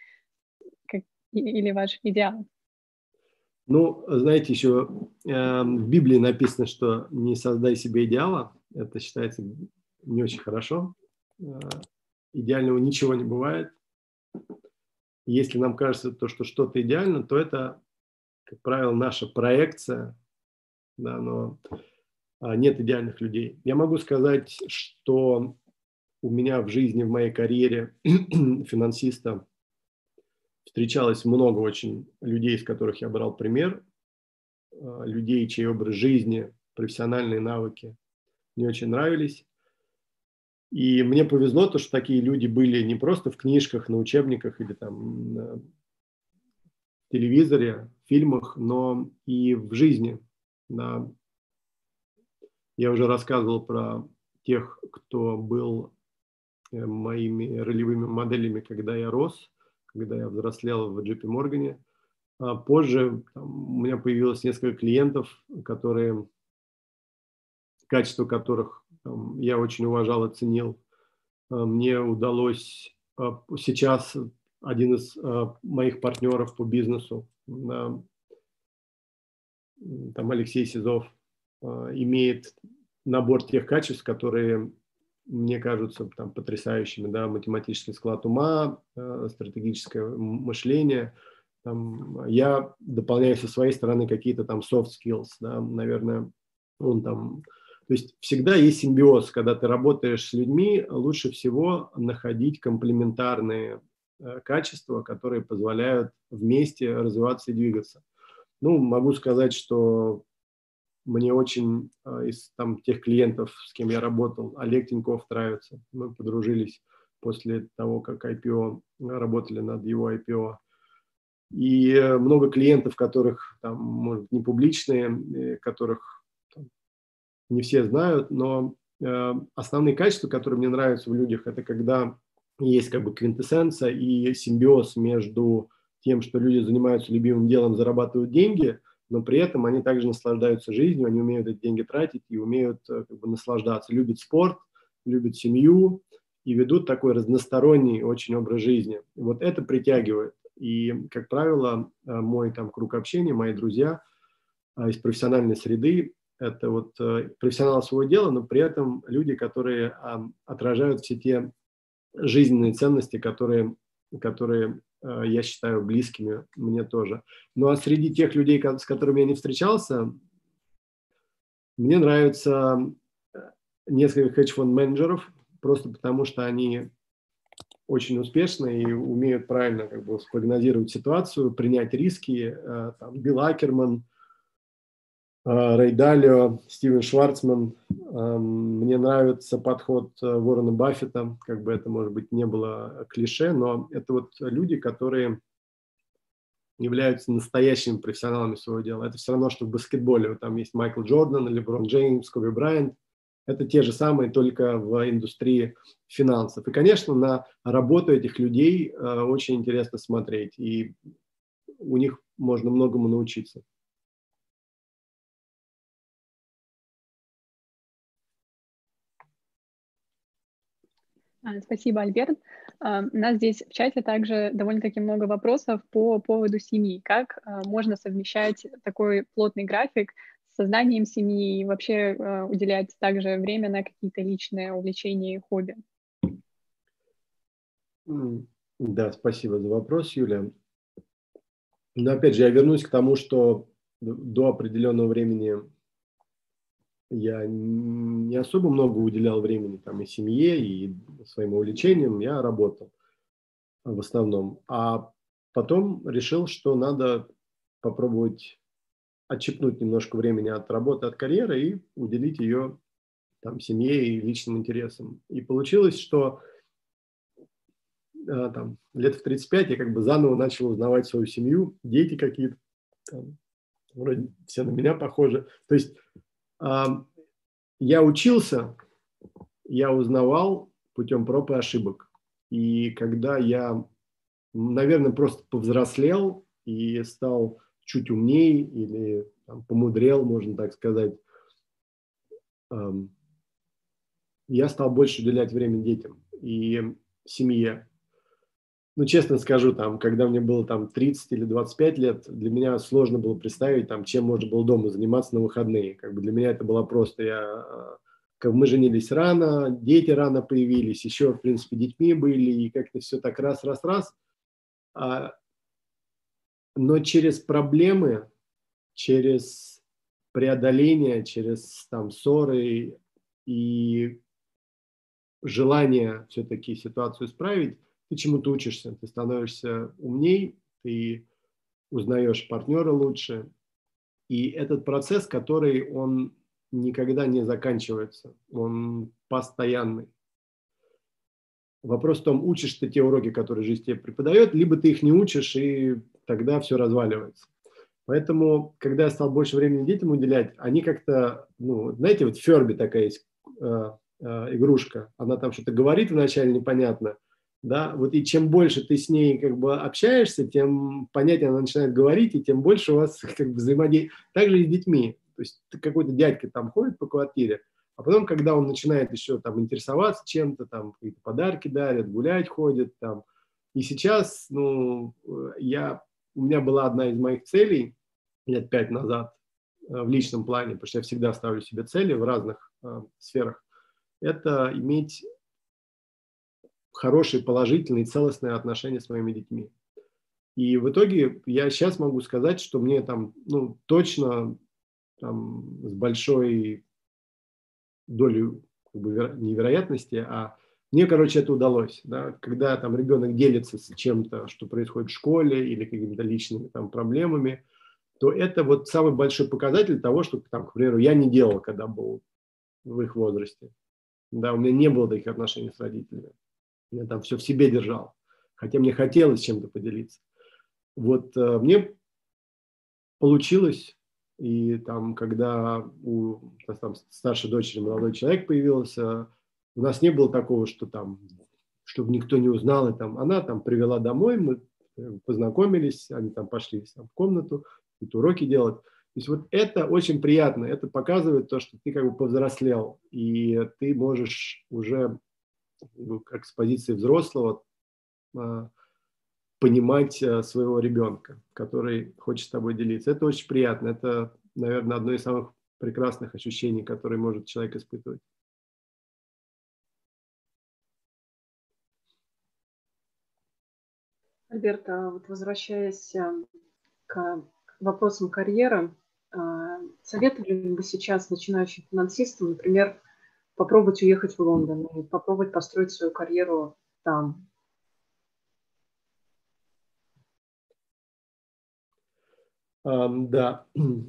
Или ваш идеал? Ну, знаете, еще в Библии написано, что не создай себе идеала. Это считается не очень хорошо. Идеального ничего не бывает. Если нам кажется, что что-то идеально, то это, как правило, наша проекция, да, но нет идеальных людей. Я могу сказать, что у меня в жизни, в моей карьере финансиста встречалось много очень людей, из которых я брал пример, людей, чей образ жизни, профессиональные навыки мне очень нравились. И мне повезло, что такие люди были не просто в книжках, на учебниках или там на телевизоре, фильмах, но и в жизни. Да. Я уже рассказывал про тех, кто был моими ролевыми моделями, когда я рос, когда я взрослел в JP Morgan. А позже у меня появилось несколько клиентов, качество которых я очень уважал и ценил. Мне удалось сейчас один из моих партнеров по бизнесу, там Алексей Сизов, имеет набор тех качеств, которые мне кажутся потрясающими, да, математический склад ума, стратегическое мышление. Я дополняю со своей стороны какие-то soft skills, да, наверное, то есть всегда есть симбиоз, когда ты работаешь с людьми, лучше всего находить комплементарные качества, которые позволяют вместе развиваться и двигаться. Ну, могу сказать, что мне очень из тех клиентов, с кем я работал, Олег Тиньков нравится. Мы подружились после того, как IPO, работали над его IPO. И много клиентов, которых, может, не публичные, которых не все знают, но основные качества, которые мне нравятся в людях, это когда есть квинтэссенция и симбиоз между тем, что люди занимаются любимым делом, зарабатывают деньги, но при этом они также наслаждаются жизнью, они умеют эти деньги тратить и умеют наслаждаться, любят спорт, любят семью и ведут такой разносторонний очень образ жизни. И вот это притягивает. И, как правило, мой круг общения, мои друзья из профессиональной среды, это профессионалы своего дела, но при этом люди, которые отражают все те жизненные ценности, которые я считаю близкими мне тоже. Ну а среди тех людей, с которыми я не встречался, мне нравится несколько хедж-фонд-менеджеров, просто потому что они очень успешны и умеют правильно спрогнозировать ситуацию, принять риски. Билл Акерман, Рэй Далио, Стивен Шварцман. Мне нравится подход Уоррена Баффета, как бы это, может быть, не было клише, но это люди, которые являются настоящими профессионалами своего дела. Это все равно, что в баскетболе. Там есть Майкл Джордан, Леброн Джеймс, Коби Брайант. Это те же самые, только в индустрии финансов. И, конечно, на работу этих людей очень интересно смотреть. И у них можно многому научиться. Спасибо, Альберт. У нас здесь в чате также довольно-таки много вопросов по поводу семьи. Как можно совмещать такой плотный график с созданием семьи и вообще уделять также время на какие-то личные увлечения и хобби? Да, спасибо за вопрос, Юля. Но опять же, я вернусь к тому, что до определенного времени я не особо много уделял времени там и семье, и своим увлечениям. Я работал в основном. А потом решил, что надо попробовать отщипнуть немножко времени от работы, от карьеры и уделить ее там семье и личным интересам. И получилось, что там, лет в 35 я как бы заново начал узнавать свою семью, дети какие-то, там, вроде все на меня похожи. То есть я учился, я узнавал путем проб и ошибок. И когда я, наверное, просто повзрослел и стал чуть умнее или там, помудрел, можно так сказать, я стал больше уделять время детям и семье. Ну, честно скажу, там, когда мне было там 30 или 25 лет, для меня сложно было представить, там, чем можно было дома заниматься на выходные. Как бы для меня это было просто, как мы женились рано, дети рано появились, еще, в принципе, детьми были, и как-то все так раз. Но через проблемы, через преодоление, через там ссоры и желание все-таки ситуацию исправить, ты чему-то учишься, ты становишься умней, ты узнаешь партнера лучше. И этот процесс, который он никогда не заканчивается, он постоянный. Вопрос в том, учишь ты те уроки, которые жизнь тебе преподает, либо ты их не учишь, и тогда все разваливается. Поэтому, когда я стал больше времени детям уделять, они как-то, ну, знаете, вот Ферби такая есть игрушка, она там что-то говорит вначале непонятно, да, вот и чем больше ты с ней как бы общаешься, тем понятнее она начинает говорить, и тем больше у вас как бы взаимодействие. Также и с детьми, то есть какой-то дядька там ходит по квартире, а потом, когда он начинает еще там интересоваться чем-то, там какие-то подарки дарят, гулять ходит, там, и сейчас, ну, у меня была одна из моих целей лет 5 назад в личном плане, потому что я всегда ставлю себе цели в разных сферах, это иметь хорошие, положительные, целостные отношения с моими детьми. И в итоге я сейчас могу сказать, что мне там, ну, точно там, с большой долей как бы, невероятности, а мне, короче, это удалось. Да? Когда там ребенок делится с чем-то, что происходит в школе или какими-то личными там проблемами, то это вот самый большой показатель того, что, там, к примеру, я не делал, когда был в их возрасте. Да, у меня не было таких отношений с родителями. Я там все в себе держал, хотя мне хотелось чем-то поделиться. Вот мне получилось, и там, когда у там, старшей дочери молодой человек появился, у нас не было такого, что там, чтобы никто не узнал, и там, она там привела домой, мы познакомились, они там пошли в комнату, какие-то уроки делать. То есть вот это очень приятно, это показывает то, что ты как бы повзрослел, и ты можешь уже как с позиции взрослого понимать своего ребенка, который хочет с тобой делиться. Это очень приятно. Это, наверное, одно из самых прекрасных ощущений, которые может человек испытывать. Альберт, вот возвращаясь к вопросам карьеры, советовали ли вы сейчас начинающим финансистам, например, попробовать уехать в Лондон и попробовать построить свою карьеру там? Да.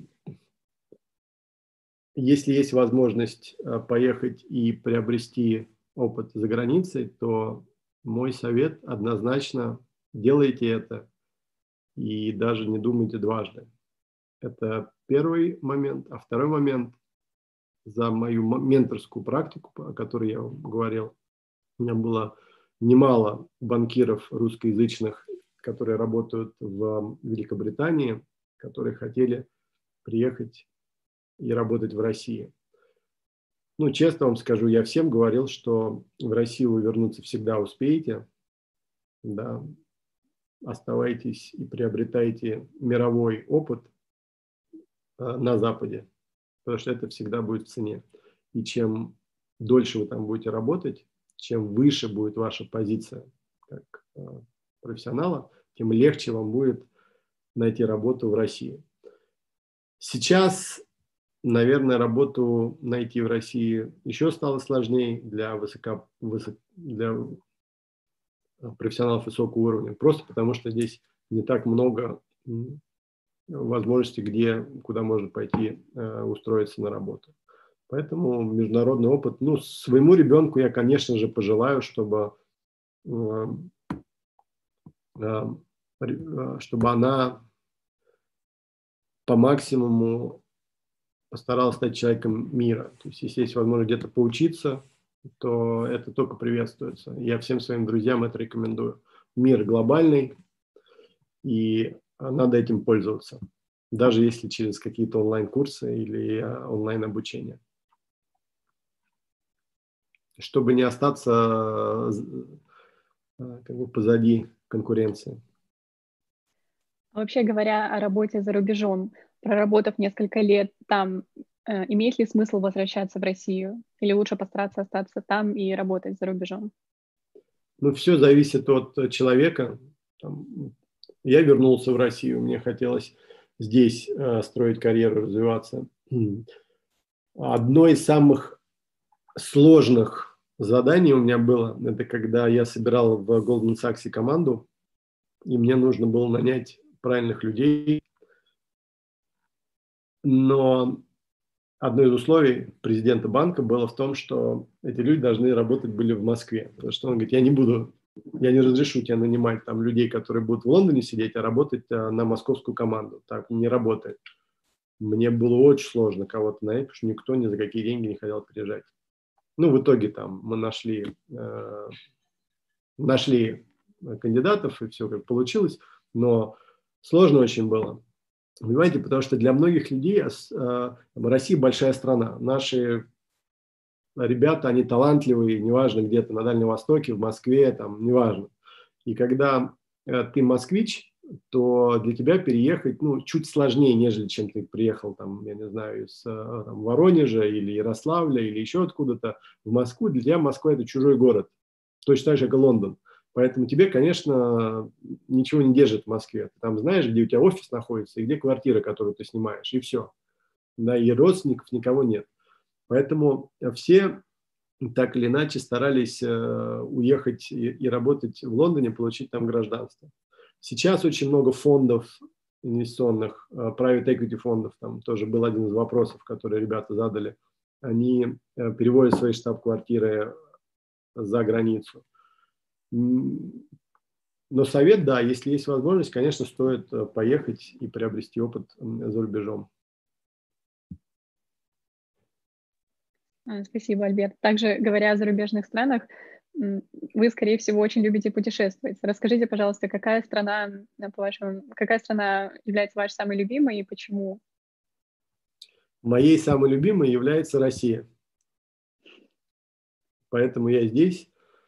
Если есть возможность поехать и приобрести опыт за границей, то мой совет однозначно делайте это и даже не думайте дважды. Это первый момент. А второй момент, за мою менторскую практику, о которой я вам говорил, у меня было немало банкиров русскоязычных, которые работают в Великобритании, которые хотели приехать и работать в России. Ну, честно вам скажу, я всем говорил, что в Россию вы вернуться всегда успеете, да, оставайтесь и приобретайте мировой опыт на Западе, потому что это всегда будет в цене. И чем дольше вы там будете работать, чем выше будет ваша позиция как профессионала, тем легче вам будет найти работу в России. Сейчас, наверное, работу найти в России еще стало сложнее для профессионалов высокого уровня, просто потому что здесь не так много возможностей, куда можно пойти устроиться на работу. Поэтому международный опыт, ну, своему ребенку я, конечно же, пожелаю, чтобы она по максимуму постаралась стать человеком мира. То есть, если есть возможность где-то поучиться, то это только приветствуется. Я всем своим друзьям это рекомендую. Мир глобальный, и надо этим пользоваться, даже если через какие-то онлайн-курсы или онлайн-обучение. Чтобы не остаться как бы позади конкуренции. Вообще говоря о работе за рубежом, проработав несколько лет там, имеет ли смысл возвращаться в Россию? Или лучше постараться остаться там и работать за рубежом? Ну, все зависит от человека. Я вернулся в Россию, мне хотелось здесь строить карьеру, развиваться. Одно из самых сложных заданий у меня было, это когда я собирал в Goldman Sachs команду, и мне нужно было нанять правильных людей. Но одно из условий президента банка было в том, что эти люди должны работать были в Москве. Потому что он говорит, я не разрешу тебе нанимать там людей, которые будут в Лондоне сидеть, а работать на московскую команду. Так не работает. Мне было очень сложно кого-то нанять, потому что никто ни за какие деньги не хотел приезжать. Ну, в итоге там мы нашли кандидатов, и все как получилось, но сложно очень было. Понимаете, потому что для многих людей Россия большая страна. Наши ребята, они талантливые, неважно, где-то на Дальнем Востоке, в Москве, там, неважно. И когда ты москвич, то для тебя переехать, ну, чуть сложнее, нежели чем ты приехал, там, я не знаю, из Воронежа или Ярославля или еще откуда-то в Москву. Для тебя Москва – это чужой город, точно так же, как и Лондон. Поэтому тебе, конечно, ничего не держит в Москве. Ты там знаешь, где у тебя офис находится и где квартира, которую ты снимаешь, и все. Да, и родственников никого нет. Поэтому все так или иначе старались уехать и работать в Лондоне, получить там гражданство. Сейчас очень много фондов инвестиционных, private equity фондов, там тоже был один из вопросов, который ребята задали. Они переводят свои штаб-квартиры за границу. Но совет, да, если есть возможность, конечно, стоит поехать и приобрести опыт за рубежом. Спасибо, Альберт. Также, говоря о зарубежных странах, вы, скорее всего, очень любите путешествовать. Расскажите, пожалуйста, какая страна является вашей самой любимой и почему? Моей самой любимой является Россия. Поэтому я здесь.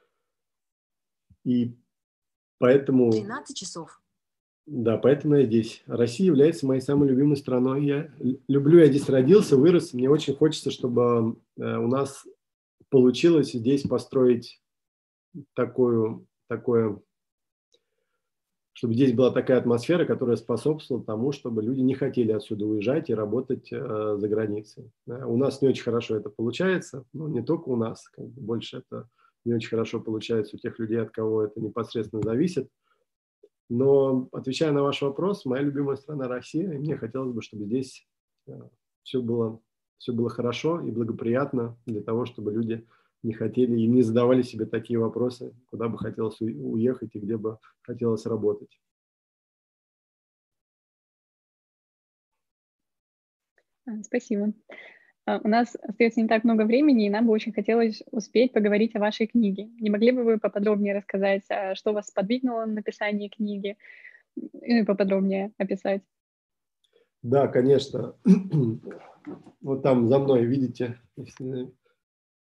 И поэтому... 13 часов. Да, поэтому я здесь. Россия является моей самой любимой страной. Я здесь родился, вырос. Мне очень хочется, чтобы у нас получилось здесь построить чтобы здесь была такая атмосфера, которая способствовала тому, чтобы люди не хотели отсюда уезжать и работать за границей. У нас не очень хорошо это получается, но не только у нас, больше это не очень хорошо получается у тех людей, от кого это непосредственно зависит. Но, отвечая на ваш вопрос, моя любимая страна Россия, и мне хотелось бы, чтобы здесь все было хорошо и благоприятно для того, чтобы люди не хотели и не задавали себе такие вопросы, куда бы хотелось уехать и где бы хотелось работать. Спасибо. У нас остается не так много времени, и нам бы очень хотелось успеть поговорить о вашей книге. Не могли бы вы поподробнее рассказать, что вас сподвигнуло на написание книги, и поподробнее описать? Да, конечно. Вот там за мной, видите,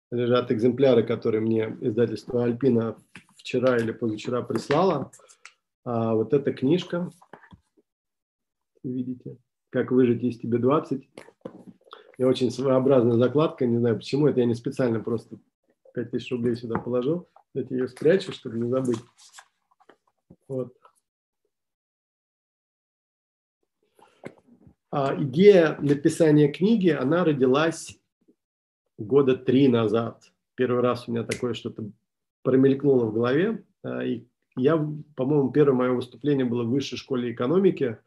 лежат экземпляры, которые мне издательство «Альпина» вчера или позавчера прислало. Вот эта книжка, видите, «Как выжить, если тебе 20». И очень своеобразная закладка, не знаю почему, это я не специально, просто 5000 рублей сюда положил. Я ее спрячу, чтобы не забыть. Вот. Идея написания книги, она родилась года 3 назад. Первый раз у меня такое что-то промелькнуло в голове. И я, по-моему, первое мое выступление было в высшей школе экономики.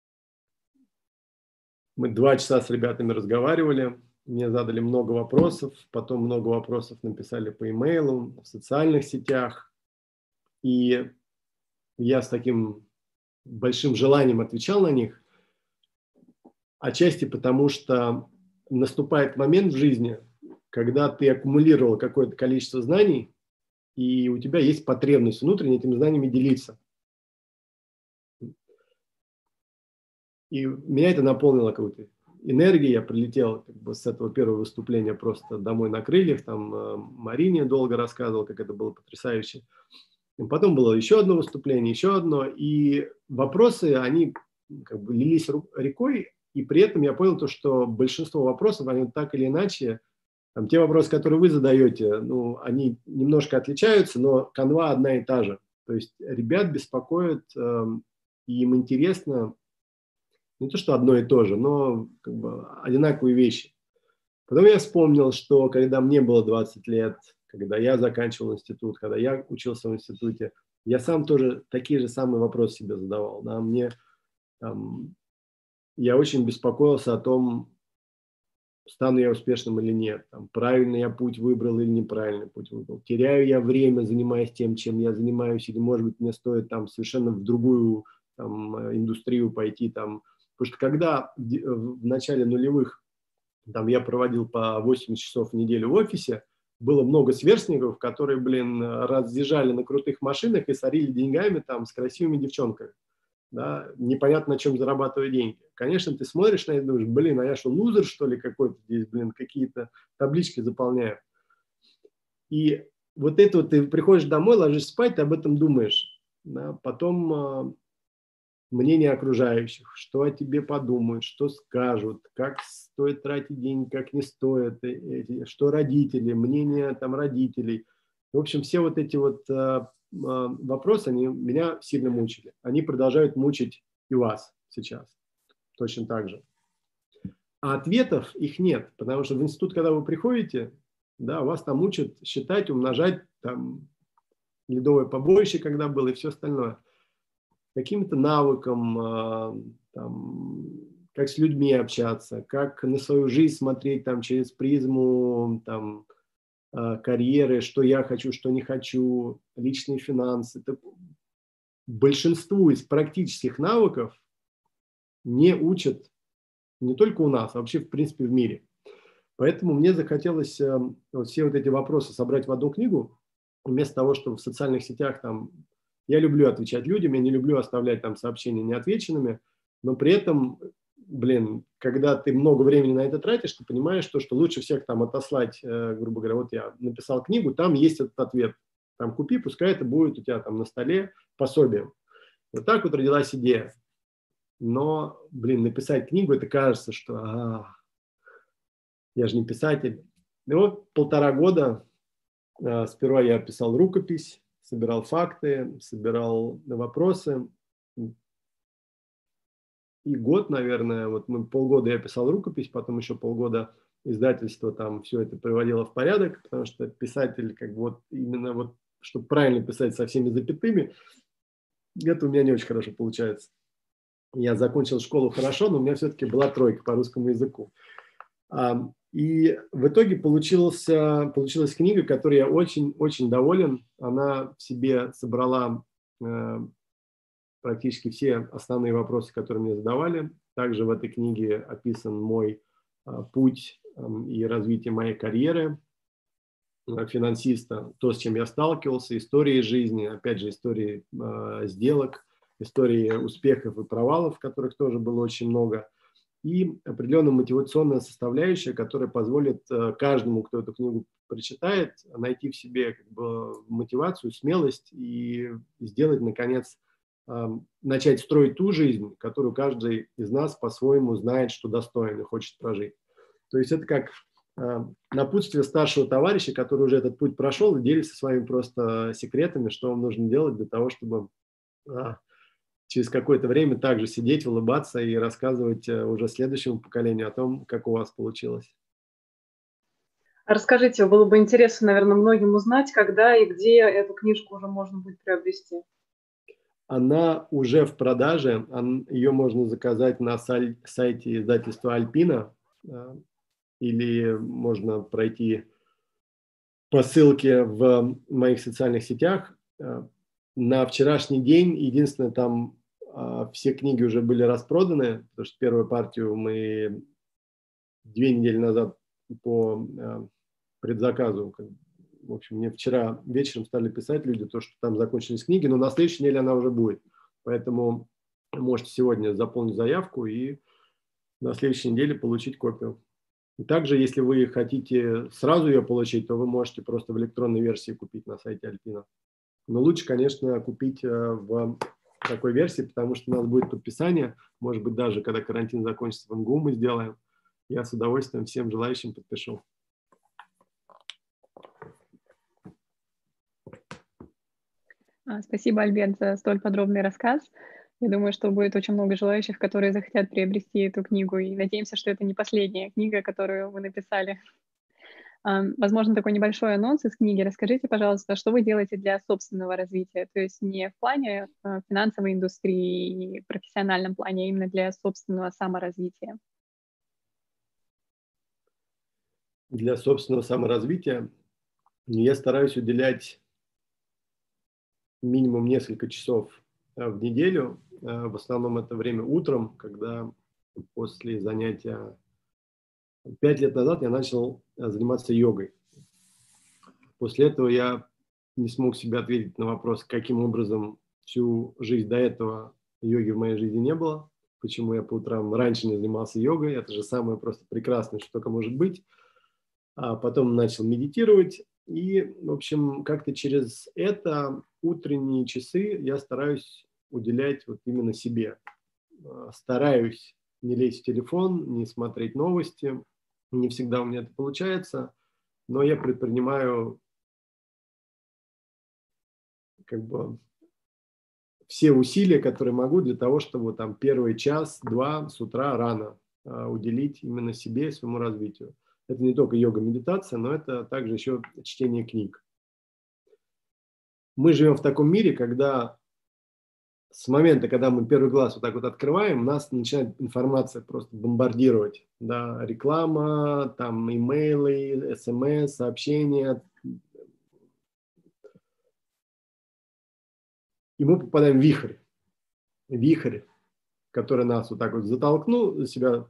Мы 2 часа с ребятами разговаривали. Мне задали много вопросов. Потом много вопросов написали по имейлу, в социальных сетях. И я с таким большим желанием отвечал на них. Отчасти потому, что наступает момент в жизни, когда ты аккумулировал какое-то количество знаний, и у тебя есть потребность внутренне этими знаниями делиться. И меня это наполнило какой-то энергией. Я прилетел как бы с этого первого выступления просто домой на крыльях. Там Марине долго рассказывал, как это было потрясающе. И потом было еще одно выступление, еще одно. И вопросы, они как бы лились рекой. И при этом я понял то, что большинство вопросов, они так или иначе, там, те вопросы, которые вы задаете, ну, они немножко отличаются, но канва одна и та же. То есть ребят беспокоит, и им интересно не то, что одно и то же, но как бы одинаковые вещи. Потом я вспомнил, что когда мне было 20 лет, когда я заканчивал институт, когда я учился в институте, я сам тоже такие же самые вопросы себе задавал. Да, я очень беспокоился о том, стану я успешным или нет, там, правильный я путь выбрал или неправильный путь выбрал, теряю я время, занимаясь тем, чем я занимаюсь, или, может быть, мне стоит там совершенно в другую там, индустрию пойти. Там. Потому что когда в начале нулевых там, я проводил по 80 часов в неделю в офисе, было много сверстников, которые, разъезжали на крутых машинах и сорили деньгами там, с красивыми девчонками. Да, непонятно, на чем зарабатывать деньги. Конечно, ты смотришь на это и думаешь, а я что, лузер, что ли, какой-то здесь, какие-то таблички заполняю. И вот это вот ты приходишь домой, ложишься спать, ты об этом думаешь. Да, потом мнение окружающих, что о тебе подумают, что скажут, как стоит тратить деньги, как не стоит, что родители, мнение там родителей. В общем, все вот эти вот вопросы, они меня сильно мучили. Они продолжают мучить и вас сейчас точно так же. А ответов их нет, потому что в институт, когда вы приходите, да, вас там учат считать, умножать, там, ледовое побоище, когда было, и все остальное. Каким-то навыкам, там, как с людьми общаться, как на свою жизнь смотреть там, через призму там, карьеры, что я хочу, что не хочу, личные финансы. Большинству из практических навыков не учат не только у нас, а вообще, в принципе, в мире. Поэтому мне захотелось все вот эти вопросы собрать в одну книгу, вместо того, чтобы в социальных сетях там... Я люблю отвечать людям, я не люблю оставлять там сообщения неотвеченными, но при этом, когда ты много времени на это тратишь, ты понимаешь, что лучше всех там отослать, грубо говоря, вот я написал книгу, там есть этот ответ. Там купи, пускай это будет у тебя там на столе пособием. Вот так вот родилась идея. Но, написать книгу, это кажется, что я же не писатель. И вот 1,5 года сперва я писал рукопись, собирал факты, собирал вопросы. И год, наверное, вот полгода я писал рукопись, потом еще полгода издательство там все это приводило в порядок, потому что писатель, именно вот, чтобы правильно писать со всеми запятыми, это у меня не очень хорошо получается. Я закончил школу хорошо, но у меня все-таки была 3 по русскому языку. И в итоге получилась книга, которой я очень-очень доволен. Она в себе собрала практически все основные вопросы, которые мне задавали. Также в этой книге описан мой путь и развитие моей карьеры финансиста, то, с чем я сталкивался, истории жизни, опять же, истории сделок, истории успехов и провалов, которых тоже было очень много. и определенная мотивационная составляющая, которая позволит каждому, кто эту книгу прочитает, найти в себе как бы мотивацию, смелость и сделать, наконец, начать строить ту жизнь, которую каждый из нас по-своему знает, что достоин и хочет прожить. То есть это как напутствие старшего товарища, который уже этот путь прошел и делится с вами просто секретами, что вам нужно делать для того, чтобы через какое-то время также сидеть, улыбаться и рассказывать уже следующему поколению о том, как у вас получилось. Расскажите, было бы интересно, наверное, многим узнать, когда и где эту книжку уже можно будет приобрести. Она уже в продаже, ее можно заказать на сайте издательства «Альпина», или можно пройти по ссылке в моих социальных сетях. На вчерашний день, единственное, там все книги уже были распроданы, потому что первую партию мы 2 недели назад по предзаказу, в общем, мне вчера вечером стали писать люди, то, что там закончились книги, но на следующей неделе она уже будет. Поэтому можете сегодня заполнить заявку и на следующей неделе получить копию. И также, если вы хотите сразу ее получить, то вы можете просто в электронной версии купить на сайте Альпина. Но лучше, конечно, купить в такой версии, потому что у нас будет подписание. Может быть, даже когда карантин закончится, в МГУ мы сделаем. Я с удовольствием всем желающим подпишу. Спасибо, Альберт, за столь подробный рассказ. Я думаю, что будет очень много желающих, которые захотят приобрести эту книгу, и надеемся, что это не последняя книга, которую вы написали. Возможно, такой небольшой анонс из книги. Расскажите, пожалуйста, что вы делаете для собственного развития, то есть не в плане финансовой индустрии и профессиональном плане, а именно для собственного саморазвития. Для собственного саморазвития я стараюсь уделять минимум несколько часов в неделю. В основном это время утром, когда после занятия 5 лет назад я начал заниматься йогой. После этого я не смог себе ответить на вопрос, каким образом всю жизнь до этого йоги в моей жизни не было, почему я по утрам раньше не занимался йогой. Это же самое просто прекрасное, что только может быть. А потом начал медитировать. И, в общем, как-то через это утренние часы я стараюсь уделять вот именно себе. Стараюсь не лезть в телефон, не смотреть новости. Не всегда у меня это получается, но я предпринимаю как бы все усилия, которые могу для того, чтобы там первый час-два с утра рано уделить именно себе и своему развитию. Это не только йога-медитация, но это также еще чтение книг. Мы живем в таком мире, когда с момента, когда мы первый глаз вот так вот открываем, нас начинает информация просто бомбардировать. Да, реклама, там имейлы, СМС, сообщения. И мы попадаем в вихрь, который нас вот так вот затолкнул, себя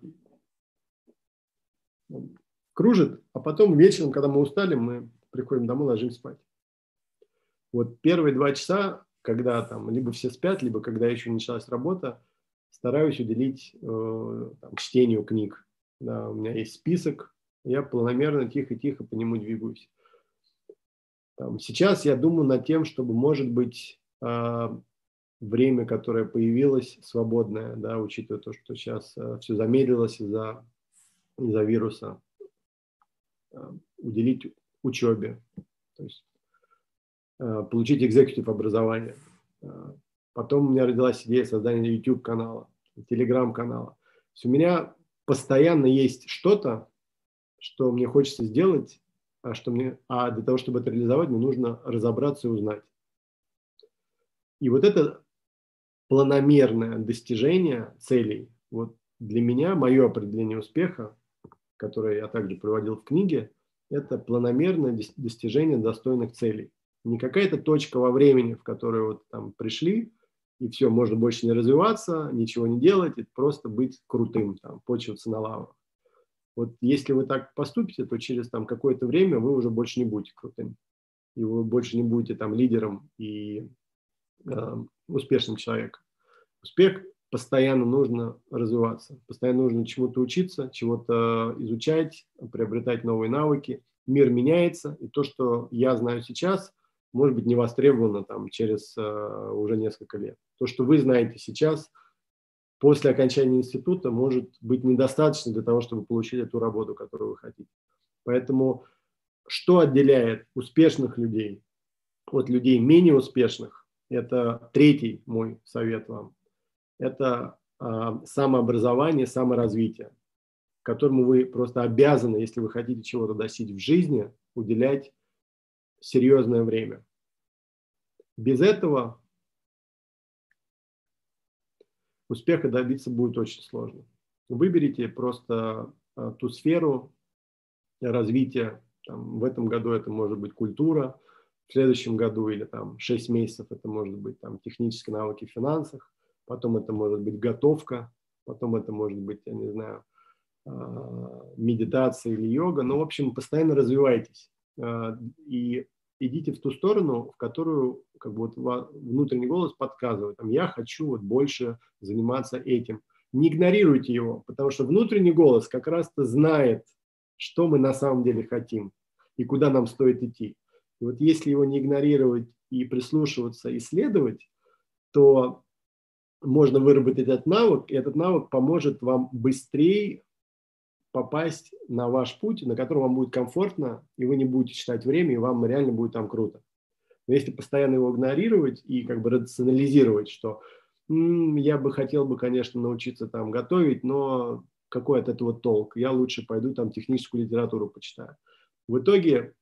кружит, а потом вечером, когда мы устали, мы приходим домой, ложимся спать. Вот первые 2 часа, когда там либо все спят, либо когда еще началась работа, стараюсь уделить чтению книг. Да, у меня есть список, я планомерно, тихо-тихо по нему двигаюсь. Сейчас я думаю над тем, чтобы, может быть, время, которое появилось, свободное, да, учитывая то, что сейчас все замедлилось из-за вируса, уделить учебе, то есть получить экзекутив образование. Потом у меня родилась идея создания YouTube-канала, Telegram-канала. То есть у меня постоянно есть что-то, что мне хочется сделать, а для того, чтобы это реализовать, мне нужно разобраться и узнать. И вот это планомерное достижение целей, вот для меня, мое определение успеха, которое я также приводил в книге, это планомерное достижение достойных целей. Не какая-то точка во времени, в которую вот там пришли, и все, можно больше не развиваться, ничего не делать, это просто быть крутым, там, почиваться на лаврах. Вот если вы так поступите, то через там какое-то время вы уже больше не будете крутым. И вы больше не будете там лидером и успешным человеком. Успех постоянно нужно развиваться, постоянно нужно чему-то учиться, чего-то изучать, приобретать новые навыки. Мир меняется, и то, что я знаю сейчас, может быть не востребовано там, через уже несколько лет. То, что вы знаете сейчас, после окончания института, может быть недостаточно для того, чтобы получить эту работу, которую вы хотите. Поэтому что отделяет успешных людей от людей менее успешных, это третий мой совет вам. Это самообразование, саморазвитие, которому вы просто обязаны, если вы хотите чего-то достичь в жизни, уделять серьезное время. Без этого успеха добиться будет очень сложно. Выберите просто ту сферу развития. Там, в этом году это может быть культура, в следующем году или там 6 месяцев это может быть там технические навыки в финансах, потом это может быть готовка, потом это может быть, я не знаю, медитация или йога. Но, в общем, постоянно развивайтесь и идите в ту сторону, в которую как бы вот внутренний голос подсказывает. Там, я хочу вот больше заниматься этим. Не игнорируйте его, потому что внутренний голос как раз-то знает, что мы на самом деле хотим и куда нам стоит идти. И вот если его не игнорировать и прислушиваться, исследовать, то можно выработать этот навык, и этот навык поможет вам быстрее попасть на ваш путь, на котором вам будет комфортно, и вы не будете считать время, и вам реально будет там круто. Но если постоянно его игнорировать и как бы рационализировать, что я бы хотел бы, конечно, научиться там готовить, но какой от этого толк? Я лучше пойду там техническую литературу почитаю. В итоге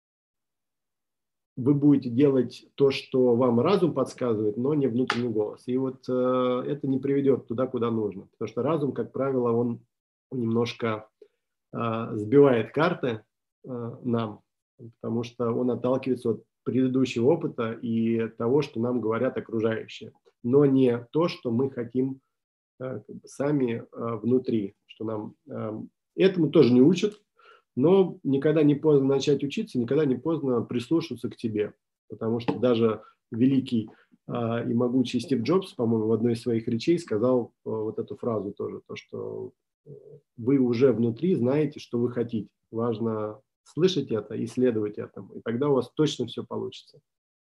вы будете делать то, что вам разум подсказывает, но не внутренний голос. И вот это не приведет туда, куда нужно. Потому что разум, как правило, он немножко сбивает карты нам, потому что он отталкивается от предыдущего опыта и того, что нам говорят окружающие, но не то, что мы хотим сами внутри, что нам этому тоже не учат, но никогда не поздно начать учиться, никогда не поздно прислушиваться к тебе, потому что даже великий и могучий Стив Джобс, по-моему, в одной из своих речей сказал вот эту фразу тоже, то, что вы уже внутри знаете, что вы хотите. Важно слышать это, исследовать этому, и тогда у вас точно все получится.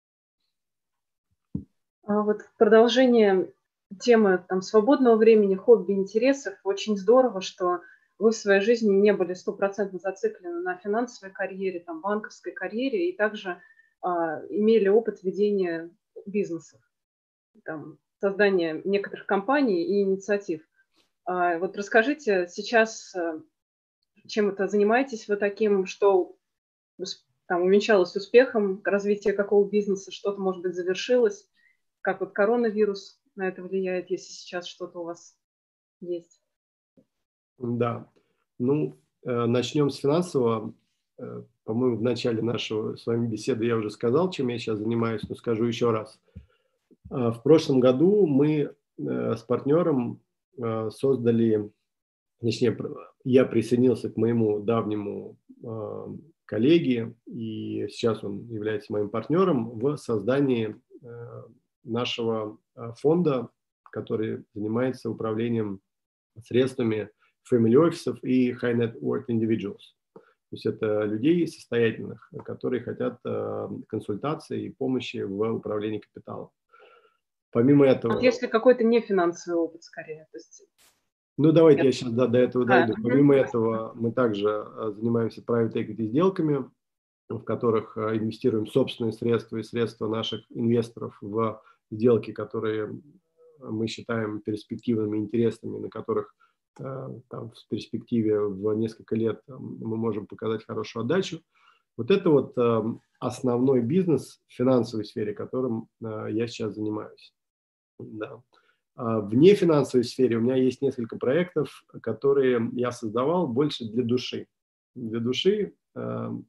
Вот в продолжение темы там, свободного времени, хобби, интересов, очень здорово, что вы в своей жизни не были 100% зациклены на финансовой карьере, там, банковской карьере, и также имели опыт ведения бизнесов, там, создания некоторых компаний и инициатив. Вот расскажите сейчас, чем это занимаетесь вы таким, что там увенчалось успехом, развитие какого бизнеса, что-то, может быть, завершилось, как вот коронавирус на это влияет, если сейчас что-то у вас есть? Да. Ну, начнем с финансового. По-моему, в начале нашего с вами беседы я уже сказал, чем я сейчас занимаюсь, но скажу еще раз. В прошлом году мы с партнером создали, точнее, я присоединился к моему давнему коллеге, и сейчас он является моим партнером в создании нашего фонда, который занимается управлением средствами family офисов и high net worth individuals. То есть это людей состоятельных, которые хотят консультации и помощи в управлении капиталом. Помимо этого... Вот если какой-то не финансовый опыт скорее. То есть... Ну, давайте я сейчас до этого дойду. Помимо этого мы также занимаемся private equity сделками, в которых инвестируем собственные средства и средства наших инвесторов в сделки, которые мы считаем перспективными, интересными, на которых там, в перспективе в несколько лет мы можем показать хорошую отдачу. Вот это вот основной бизнес в финансовой сфере, которым я сейчас занимаюсь. Да. В нефинансовой сфере у меня есть несколько проектов, которые я создавал больше для души. Для души 2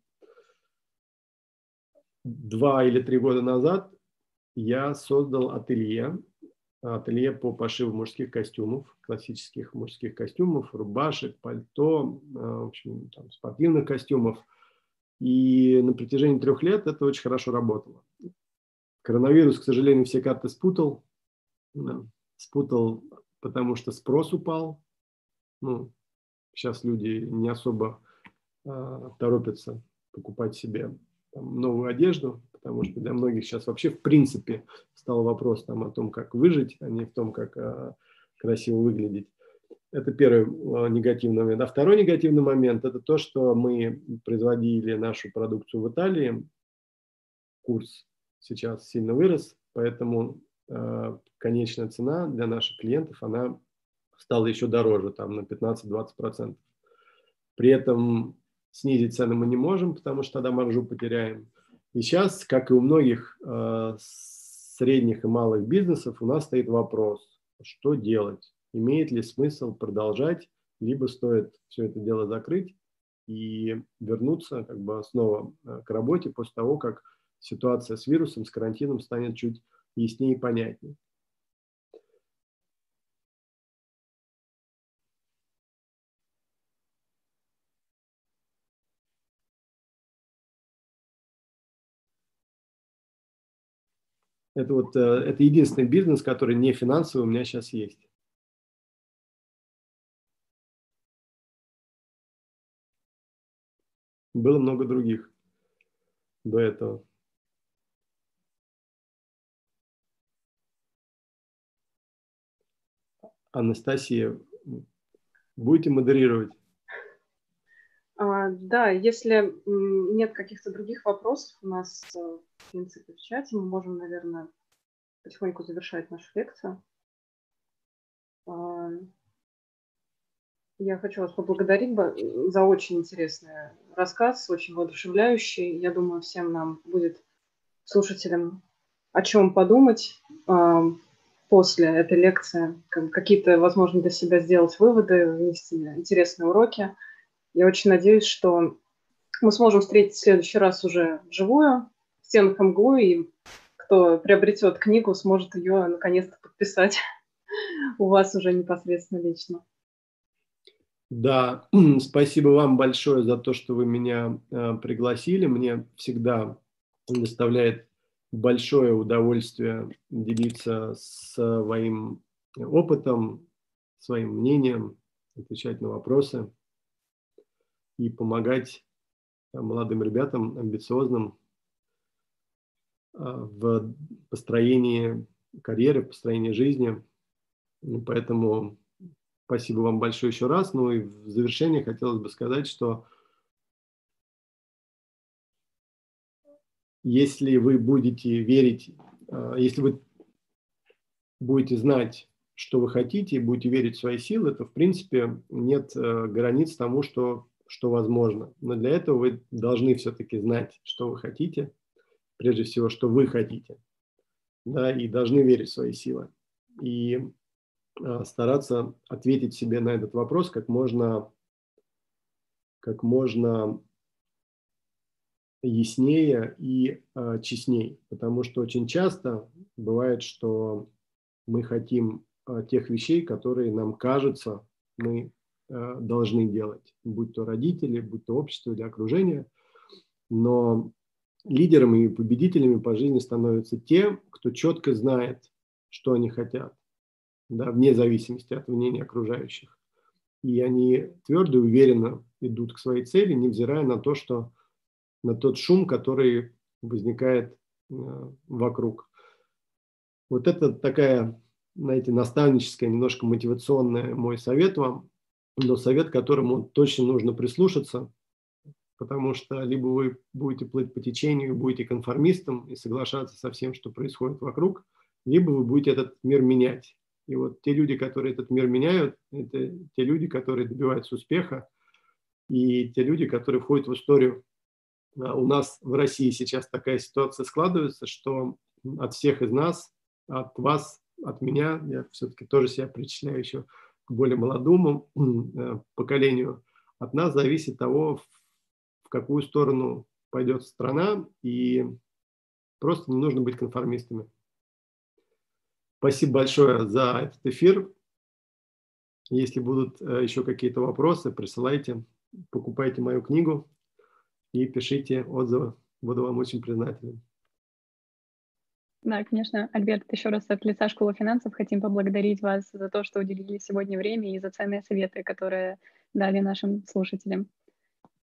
или 3 года назад я создал ателье по пошиву мужских костюмов, классических мужских костюмов, рубашек, пальто, в общем, там, спортивных костюмов. И на протяжении 3 лет это очень хорошо работало. Коронавирус, к сожалению, все карты спутал потому что спрос упал. Ну, сейчас люди не особо торопятся покупать себе там новую одежду, потому что для многих сейчас вообще в принципе стал вопрос там о том, как выжить, а не в том, как красиво выглядеть. Это первый негативный момент. А второй негативный момент – это то, что мы производили нашу продукцию в Италии. Курс сейчас сильно вырос, поэтому конечная цена для наших клиентов, она стала еще дороже, там на 15-20%. При этом снизить цены мы не можем, потому что тогда маржу потеряем. И сейчас, как и у многих средних и малых бизнесов, у нас стоит вопрос, что делать? Имеет ли смысл продолжать, либо стоит все это дело закрыть и вернуться как бы снова к работе после того, как ситуация с вирусом, с карантином станет чуть яснее и понятнее. Это единственный бизнес, который не финансовый у меня сейчас есть. Было много других до этого. Анастасия, будете модерировать? Да, если нет каких-то других вопросов у нас, в принципе, в чате, мы можем, наверное, потихоньку завершать нашу лекцию. Я хочу вас поблагодарить за очень интересный рассказ, очень воодушевляющий. Я думаю, всем нам будет, слушателям, о чем подумать после этой лекции, какие-то, возможно, для себя сделать выводы, вынести интересные уроки. Я очень надеюсь, что мы сможем встретить в следующий раз уже вживую, в стенах МГУ, и кто приобретет книгу, сможет ее наконец-то подписать у вас уже непосредственно лично. Да, спасибо вам большое за то, что вы меня пригласили. Мне всегда доставляет большое удовольствие делиться своим опытом, своим мнением, отвечать на вопросы и помогать молодым ребятам, амбициозным, в построении карьеры, в построении жизни. Поэтому спасибо вам большое еще раз. Ну и в завершение хотелось бы сказать, что если вы будете верить, если вы будете знать, что вы хотите, и будете верить в свои силы, то, в принципе, нет границ тому, что возможно. Но для этого вы должны все-таки знать, что вы хотите, прежде всего, что вы хотите, да, и должны верить в свои силы. И стараться ответить себе на этот вопрос как можно яснее и честней. Потому что очень часто бывает, что мы хотим тех вещей, которые нам кажется, мы должны делать, будь то родители, будь то общество или окружение. Но лидерами и победителями по жизни становятся те, кто четко знает, что они хотят, да, вне зависимости от мнения окружающих. И они твердо и уверенно идут к своей цели, невзирая на то, что на тот шум, который возникает вокруг. Вот это такая, знаете, наставническая, немножко мотивационная мой совет вам, но совет, к которому точно нужно прислушаться, потому что либо вы будете плыть по течению, будете конформистом и соглашаться со всем, что происходит вокруг, либо вы будете этот мир менять. И вот те люди, которые этот мир меняют, это те люди, которые добиваются успеха, и те люди, которые входят в историю. У нас в России сейчас такая ситуация складывается, что от всех из нас, от вас, от меня, я все-таки тоже себя причисляю еще к более молодому поколению, от нас зависит того, в какую сторону пойдет страна, и просто не нужно быть конформистами. Спасибо большое за этот эфир. Если будут еще какие-то вопросы, присылайте, покупайте мою книгу и пишите отзывы. Буду вам очень признателен. Да, конечно, Альберт, еще раз от лица Школы финансов хотим поблагодарить вас за то, что уделили сегодня время и за ценные советы, которые дали нашим слушателям.